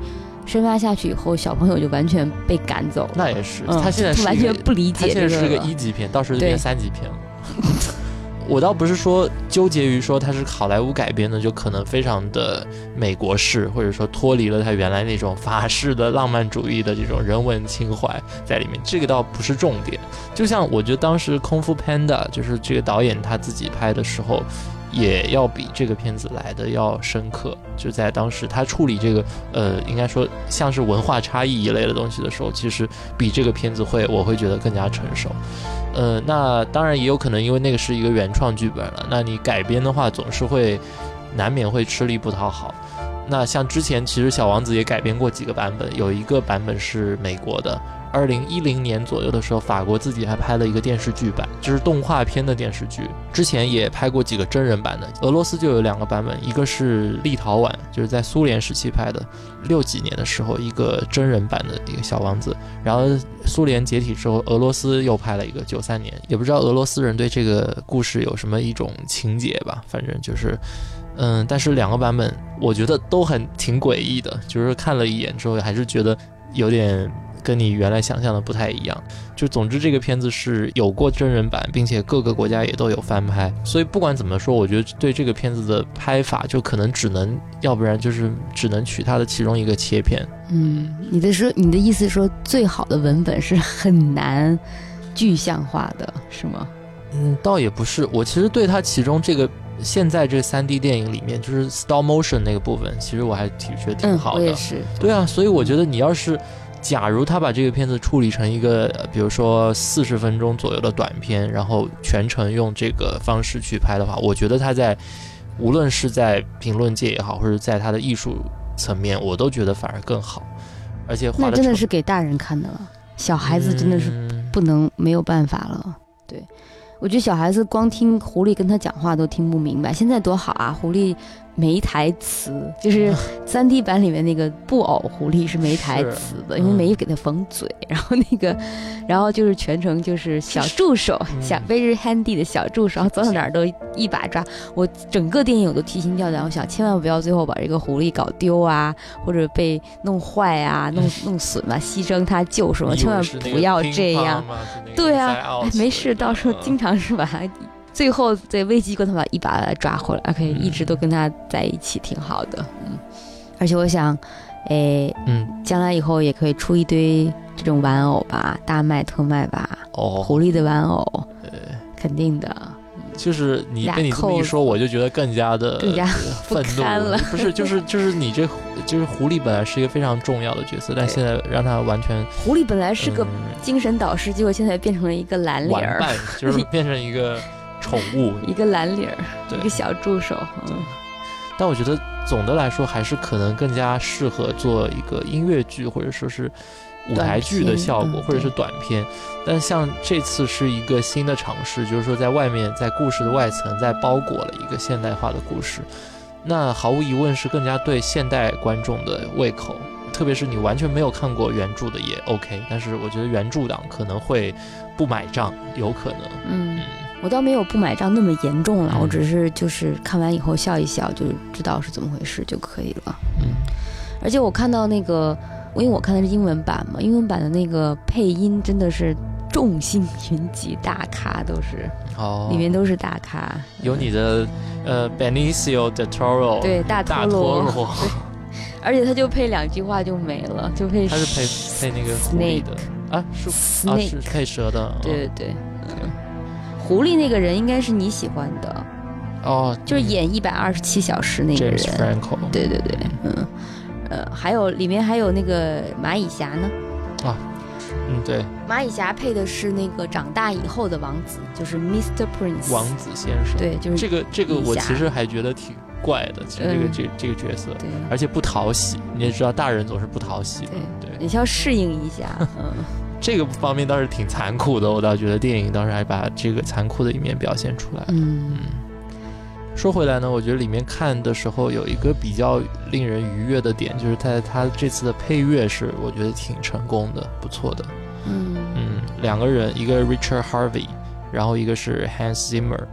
深挖下去以后，小朋友就完全被赶走了。 那也是， 嗯、 他现在是完全不理解、这个。 他现在是个一级片，到时候就变三级片了。我倒不是说纠结于说它是好莱坞改编的，就可能非常的美国式，或者说脱离了它原来那种法式的浪漫主义的这种人文情怀在里面，这个倒不是重点。就像我觉得当时功夫 Panda 就是这个导演他自己拍的时候，也要比这个片子来的要深刻，就在当时他处理这个呃应该说像是文化差异一类的东西的时候，其实比这个片子会我会觉得更加成熟。呃，那当然也有可能因为那个是一个原创剧本了，那你改编的话总是会难免会吃力不讨好。那像之前其实小王子也改编过几个版本，有一个版本是美国的，二零一零年左右的时候法国自己还拍了一个电视剧版，就是动画片的电视剧，之前也拍过几个真人版的。俄罗斯就有两个版本，一个是立陶宛，就是在苏联时期拍的，六几年的时候一个真人版的一个小王子，然后苏联解体之后俄罗斯又拍了一个九三年，也不知道俄罗斯人对这个故事有什么一种情节吧，反正就是嗯，但是两个版本我觉得都很挺诡异的，就是看了一眼之后还是觉得有点跟你原来想象的不太一样。就总之这个片子是有过真人版，并且各个国家也都有翻拍，所以不管怎么说，我觉得对这个片子的拍法就可能只能，要不然就是只能取它的其中一个切片。 嗯，你的说你的意思是说最好的文本是很难具象化的，是吗？ 嗯，倒也不是，我其实对它其中这个现在这 三 D 电影里面就是 stop motion 那个部分，其实我还挺觉得挺好的。 嗯，我也是。 对啊，所以我觉得你要是假如他把这个片子处理成一个比如说四十分钟左右的短片，然后全程用这个方式去拍的话，我觉得他在无论是在评论界也好，或者在他的艺术层面，我都觉得反而更好。而且画的那真的是给大人看的了，小孩子真的是不能、嗯、没有办法了。对，我觉得小孩子光听狐狸跟他讲话都听不明白，现在多好啊，狐狸没台词，就是三 D 版里面那个布偶狐狸是没台词的，因为没给他缝嘴、嗯、然后那个然后就是全程就是小助手、嗯、小 very handy 的小助手，走到哪儿都一把抓。我整个电影我都提心吊胆，我想千万不要最后把这个狐狸搞丢啊，或者被弄坏啊，弄弄损啊，牺牲他救什么，千万不要这样。对啊，没事，到时候经常是把他最后在危机关头把一把他抓回来，可以一直都跟他在一起，挺好的。嗯，而且我想，哎，嗯，将来以后也可以出一堆这种玩偶吧，大卖特卖吧。哦，狐狸的玩偶，呃，肯定的。 就是你被你这么一说，我就觉得更加的更加愤怒了。 不是，就是就是你这就是狐狸本来是一个非常重要的角色，但现在让他完全狐狸本来是个精神导师，嗯、结果现在变成了一个蓝领儿， 就是变成一个宠物， 一个蓝领儿，一个小助手。嗯， 但我觉得总的来说还是可能更加适合做一个音乐剧或者说是舞台剧的效果，或者是短片。但像这次是一个新的尝试，就是说在外面，在故事的外层再包裹了一个现代化的故事，那毫无疑问是更加对现代观众的胃口，特别是你完全没有看过原著的也 OK， 但是我觉得原著党可能会不买账，有可能。嗯，嗯我倒没有不买账那么严重了、嗯、我只是就是看完以后笑一笑就知道是怎么回事就可以了。嗯，而且我看到那个，因为我看的是英文版嘛，英文版的那个配音真的是众星云集，大咖都是，哦，里面都是大咖， 有你的呃 Benicio del Toro， 对，大陀螺，而且他就配两句话就没了，就配他是配配那个狐狸的啊，是 Snake 啊，是配蛇的， 对对对，嗯，狐狸那个人应该是你喜欢的哦， 就是演一百二十七小时那个人 James Franco， 对对对，嗯。呃，还有里面还有那个蚂蚁侠呢， 啊，嗯，对， 蚂蚁侠配的是那个长大以后的王子，就是 mister Prince 王子先生， 对，就是这个这个我其实还觉得挺怪的，其实这个、嗯、这个、这个角色， 对， 而且不讨喜，你也知道大人总是不讨喜的， 对，对，你需要适应一下，嗯， 这个方面倒是挺残酷的，我倒觉得电影倒是还把这个残酷的一面表现出来，嗯。嗯说回来呢，我觉得里面看的时候有一个比较令人愉悦的点，就是他他这次的配乐是我觉得挺成功的，不错的。嗯嗯，两个人，一个 Richard Harvey， 然后一个是 Hans Zimmer，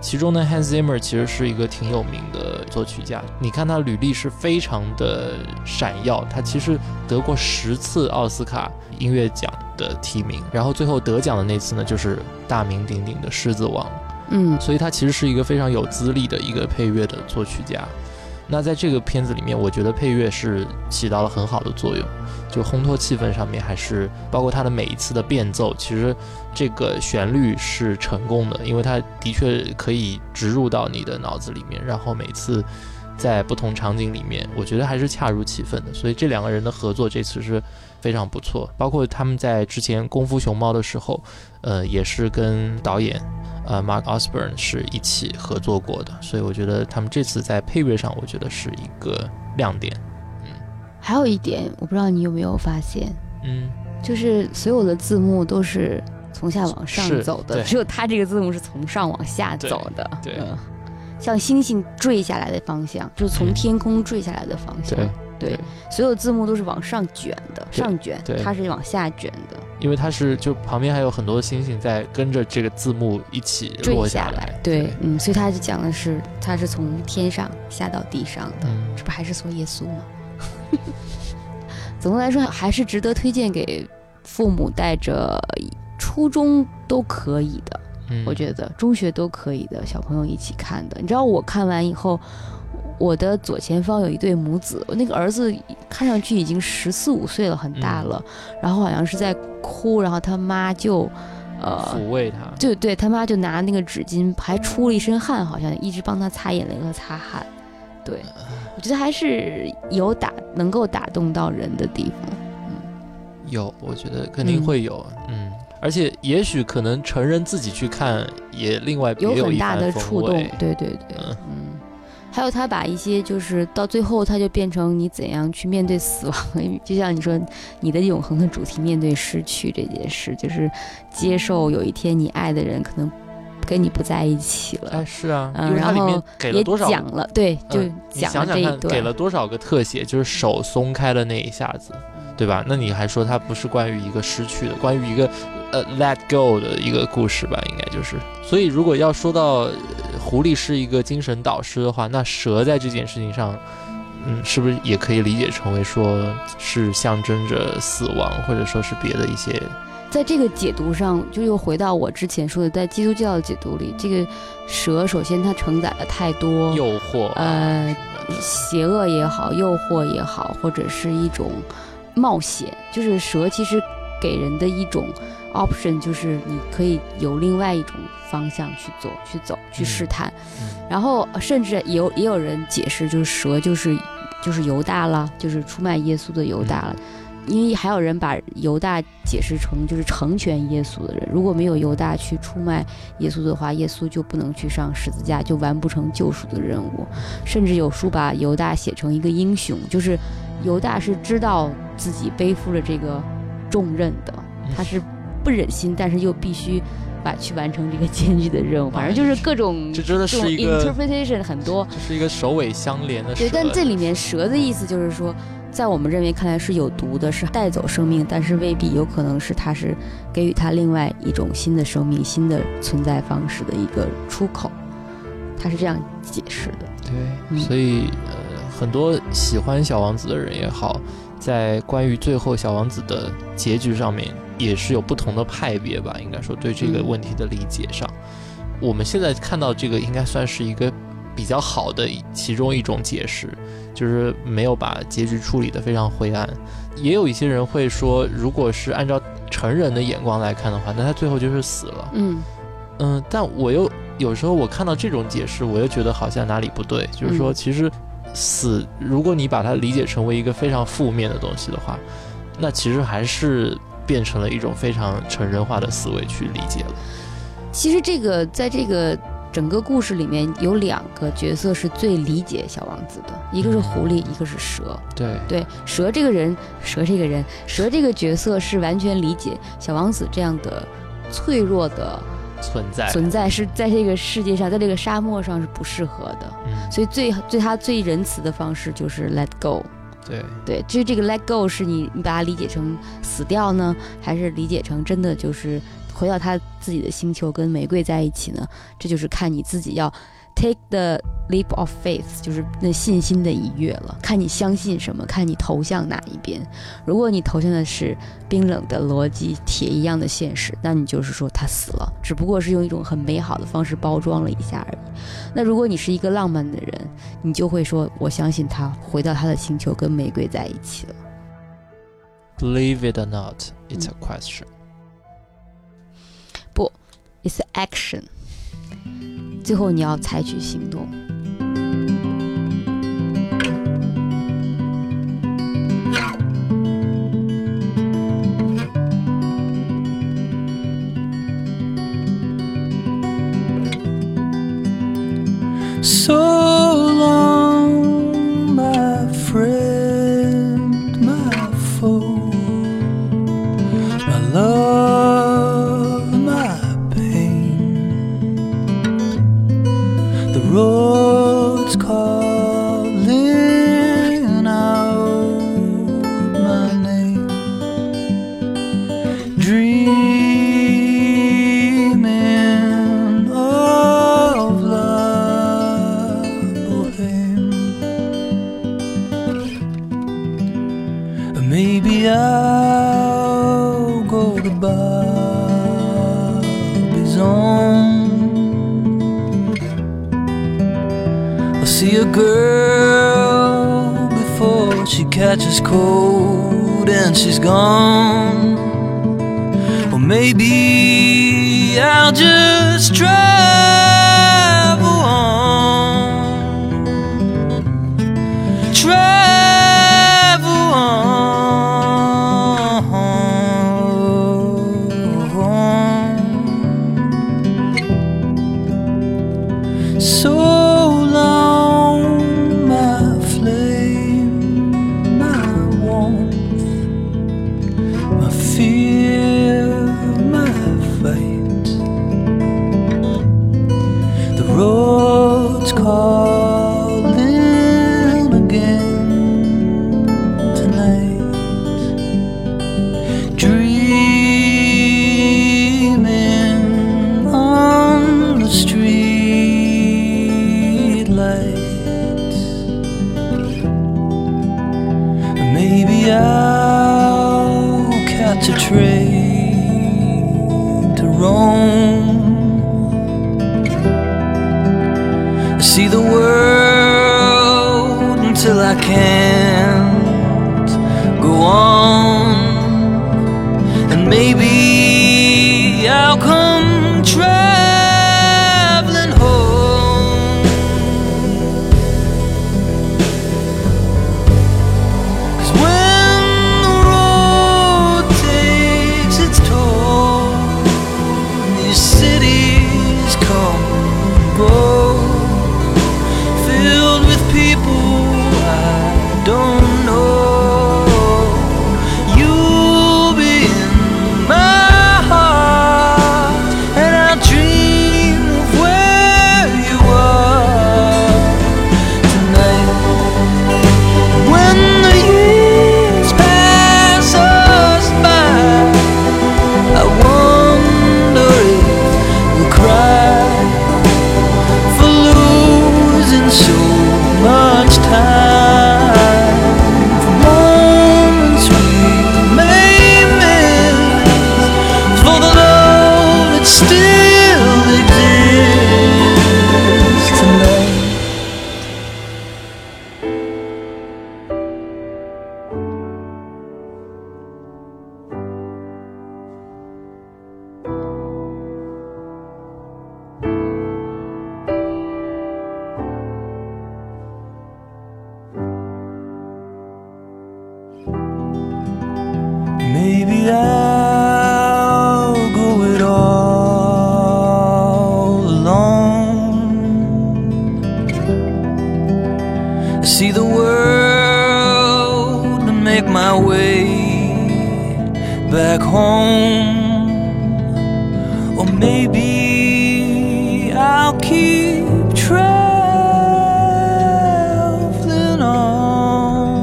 其中呢 Hans Zimmer 其实是一个挺有名的作曲家，你看他履历是非常的闪耀，他其实得过十次奥斯卡音乐奖的提名，然后最后得奖的那次呢就是大名鼎鼎的狮子王。 嗯， 所以他其实是一个非常有资历的一个配乐的作曲家。那在这个片子里面，我觉得配乐是起到了很好的作用，就烘托气氛上面，还是包括他的每一次的变奏，其实这个旋律是成功的，因为它的确可以植入到你的脑子里面，然后每次在不同场景里面，我觉得还是恰如其分的。所以这两个人的合作这次是非常不错，包括他们在之前《功夫熊猫》的时候，呃，也是跟导演呃 Mark Osborne 是一起合作过的，所以我觉得他们这次在配乐上，我觉得是一个亮点。嗯， 还有一点，我不知道你有没有发现， 嗯， 就是所有的字幕都是从下往上走的，只有他这个字幕是从上往下走的。 对。对呃像星星坠下来的方向，就是从天空坠下来的方向。 对对, 对， 所有字幕都是往上卷的，上卷，它是往下卷的， 因为它是就旁边还有很多星星在跟着这个字幕一起落下来。 对，对嗯，所以他就讲的是，他是从天上下到地上的， 嗯、 这不还是说耶稣吗？总的来说，还是值得推荐给父母带着初中都可以的。我觉得中学都可以的小朋友一起看的。你知道我看完以后，我的左前方有一对母子，我那个儿子看上去已经十四五岁了，很大了、嗯、然后好像是在哭，然后他妈就呃抚慰他， 对对，他妈就拿那个纸巾还出了一身汗，好像一直帮他擦眼泪和擦汗。对，我觉得还是有打能够打动到人的地方。嗯， 有，我觉得肯定会有。嗯。嗯，而且也许可能成人自己去看也另外别有很大的触动。对对对，嗯嗯，还有他把一些就是到最后他就变成你怎样去面对死亡，就像你说你的永恒的主题，面对失去这件事，就是接受有一天你爱的人可能跟你不在一起了。 哎，是啊， 嗯，然后也讲了，对，就讲了这一段、嗯、 想想看给了多少个特写，就是手松开了那一下子，对吧？那你还说它不是关于一个失去的，关于一个呃 let go 的一个故事吧，应该就是。所以如果要说到、呃、狐狸是一个精神导师的话，那蛇在这件事情上，嗯，是不是也可以理解成为说是象征着死亡，或者说是别的一些？ 在这个解读上，就又回到我之前说的，在基督教的解读里，这个蛇首先它承载了太多诱惑， 呃，邪恶也好，诱惑也好，或者是一种冒险，就是蛇其实给人的一种 option， 就是你可以有另外一种方向去走去走去试探、嗯嗯、然后甚至也有也有人解释，就是蛇就是就是犹大了，就是出卖耶稣的犹大了、嗯、因为还有人把犹大解释成就是成全耶稣的人，如果没有犹大去出卖耶稣的话，耶稣就不能去上十字架，就完不成救赎的任务。甚至有书把犹大写成一个英雄，就是犹大是知道自己背负着这个重任的，他是不忍心，但是又必须把去完成这个艰巨的任务。反正就是各种这真的是一个 interpretation 很多， 这是一个首尾相连的蛇。 对，但这里面蛇的意思就是说，在我们认为看来是有毒的，是带走生命，但是未必，有可能是它是给予它另外一种新的生命、新的存在方式的一个出口。他是这样解释的。 对，嗯、所以呃，很多喜欢小王子的人也好，在关于最后小王子的结局上面也是有不同的派别吧，应该说对这个问题的理解上、嗯、我们现在看到这个应该算是一个比较好的其中一种解释，就是没有把结局处理得非常灰暗。也有一些人会说，如果是按照成人的眼光来看的话，那他最后就是死了。嗯嗯，但我又有时候我看到这种解释，我又觉得好像哪里不对，就是说其实死，如果你把它理解成为一个非常负面的东西的话，那其实还是变成了一种非常成人化的思维去理解了。 其实这个在这个整个故事里面有两个角色是最理解小王子的，一个是狐狸、嗯、一个是蛇。 对对，蛇这个人蛇这个人蛇这个角色是完全理解小王子这样的脆弱的存在存在是在这个世界上，在这个沙漠上是不适合的、嗯、所以最对他最仁慈的方式就是 let go。 对对，至于这个 let go 是你你把它理解成死掉呢，还是理解成真的就是回到他自己的星球跟玫瑰在一起呢？这就是看你自己要 take the leap of faith， 就是那信心的一跃了，看你相信什么，看你投向哪一边。如果你投向的是冰冷的逻辑铁一样的现实，那你就是说他死了，只不过是用一种很美好的方式包装了一下而已。那如果你是一个浪漫的人，你就会说我相信他回到他的星球跟玫瑰在一起了。 Believe it or not, it's a question、嗯、 不 It's action， 最后你要采取行动。 So long, my friend, my foe, my love, my pain. The road's calling out my name. Dreaming of love, maybe I'll go to Bobby's Own. I'll see a girl before she catches cold and she's gone. Or maybe I'll just travel on, travel on. So long, my flame, my warmth, my fear, my fight. The road's calling again tonight. Dreaming on the street lights. Maybe I'll catch a train to Rome. See the world until I can't go on. And maybe I'll come traveling home. 'Cause when the road takes its toll, these cities come and go, filled with people I don't know. You'll be in my heart, and I'll dream of where you are tonight. When the years pass us by, I wonder if we'll cry for losing so much time, for moments we may miss, for the love that still exists tonight. Maybe I'll go it all alone. See the world and make my way back home. Or maybe I'll keep traveling on.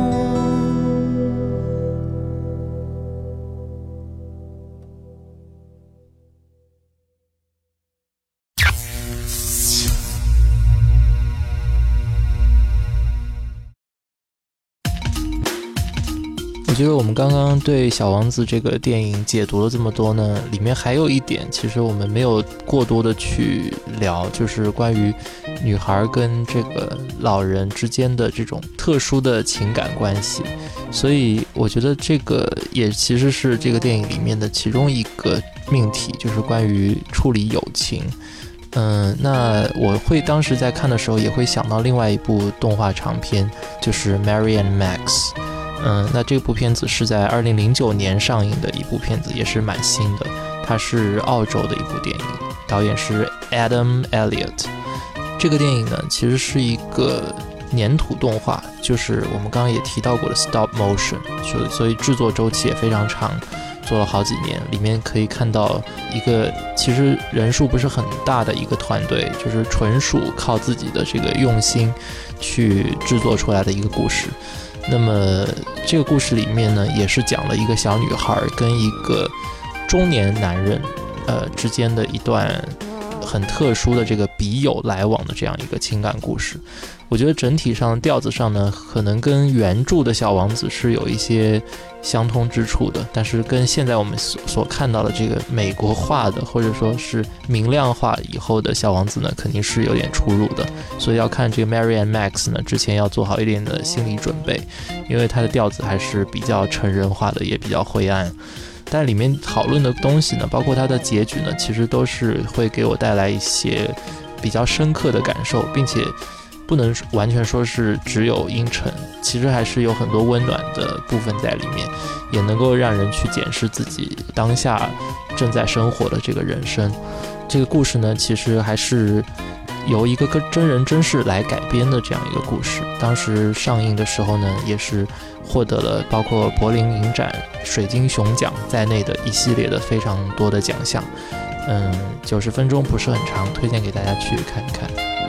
觉得我们刚刚对小王子这个电影解读了这么多呢，里面还有一点其实我们没有过多的去聊，就是关于女孩跟这个老人之间的这种特殊的情感关系，所以我觉得这个也其实是这个电影里面的其中一个命题，就是关于处理友情。嗯，那我会当时在看的时候也会想到另外一部动画长片，就是 Mary and Max。嗯，那这部片子是在二零零九年上映的一部片子，也是蛮新的，它是澳洲的一部电影，导演是 Adam Elliott。这个电影呢其实是一个粘土动画，就是我们刚刚也提到过的 stop motion， 所以制作周期也非常长，做了好几年。里面可以看到一个其实人数不是很大的一个团队，就是纯属靠自己的这个用心去制作出来的一个故事。那么这个故事里面呢，也是讲了一个小女孩跟一个中年男人呃之间的一段很特殊的这个笔友来往的这样一个情感故事。我觉得整体上调子上呢，可能跟原著的小王子是有一些相通之处的，但是跟现在我们所所看到的这个美国化的或者说是明亮化以后的小王子呢，肯定是有点出入的。所以要看这个 Mary and Max 呢，之前要做好一点的心理准备，因为它的调子还是比较成人化的，也比较灰暗。但里面讨论的东西呢，包括它的结局呢，其实都是会给我带来一些比较深刻的感受，并且不能完全说是只有阴沉，其实还是有很多温暖的部分在里面，也能够让人去检视自己当下正在生活的这个人生。这个故事呢，其实还是由一个真人真事来改编的这样一个故事。当时上映的时候呢，也是获得了包括柏林影展、水晶熊奖在内的一系列的非常多的奖项。嗯，九十分钟不是很长，推荐给大家去看一看。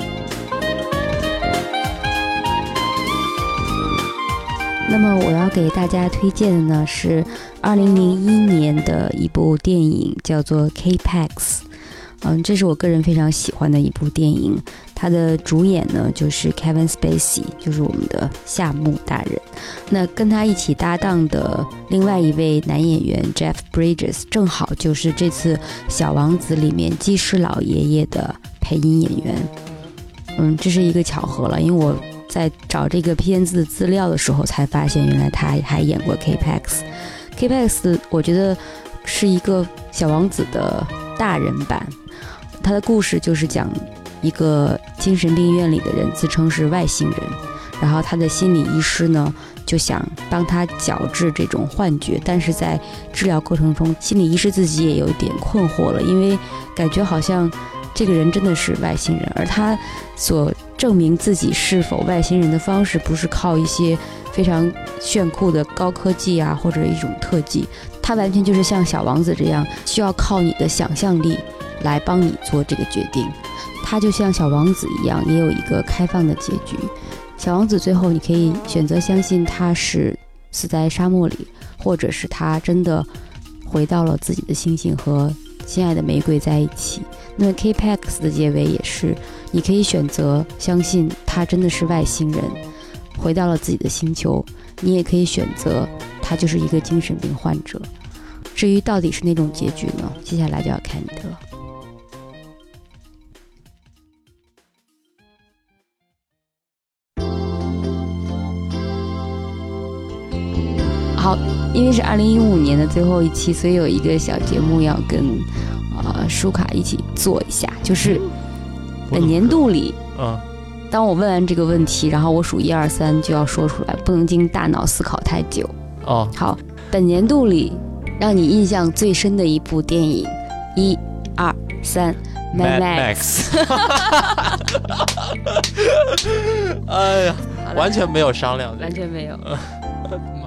那么我要给大家推荐的呢是二零零一年的一部电影，叫做 K-Pax。嗯，这是我个人非常喜欢的一部电影，它的主演呢就是 Kevin Spacey， 就是我们的夏目大人。那跟他一起搭档的另外一位男演员 Jeff Bridges， 正好就是这次小王子里面技师老爷爷的配音演员。嗯，这是一个巧合了，因为我在找这个片子的资料的时候才发现，原来他还演过 K-Pax。 K-Pax 我觉得是一个小王子的大人版，他的故事就是讲一个精神病院里的人自称是外星人，然后他的心理医师呢就想帮他矫治这种幻觉，但是在治疗过程中心理医师自己也有点困惑了，因为感觉好像这个人真的是外星人，而他所证明自己是否外星人的方式不是靠一些非常炫酷的高科技啊或者一种特技，他完全就是像小王子这样需要靠你的想象力来帮你做这个决定。他就像小王子一样，也有一个开放的结局。小王子最后你可以选择相信他是死在沙漠里，或者是他真的回到了自己的星星和心爱的玫瑰在一起。那么 K-Pax 的结尾也是，你可以选择相信他真的是外星人回到了自己的星球，你也可以选择他就是一个精神病患者。至于到底是哪种结局呢，接下来就要看你的了。好，因为是二零一五年的最后一期，所以有一个小节目要跟呃舒卡一起做一下，就是本年度里， 嗯， 当我问完这个问题，然后我数一二三就要说出来，不能经大脑思考太久。 哦， 好，本年度里让你印象最深的一部电影，一、二、三 ，Mad Max。 哎呀，完全没有商量， 完全没有。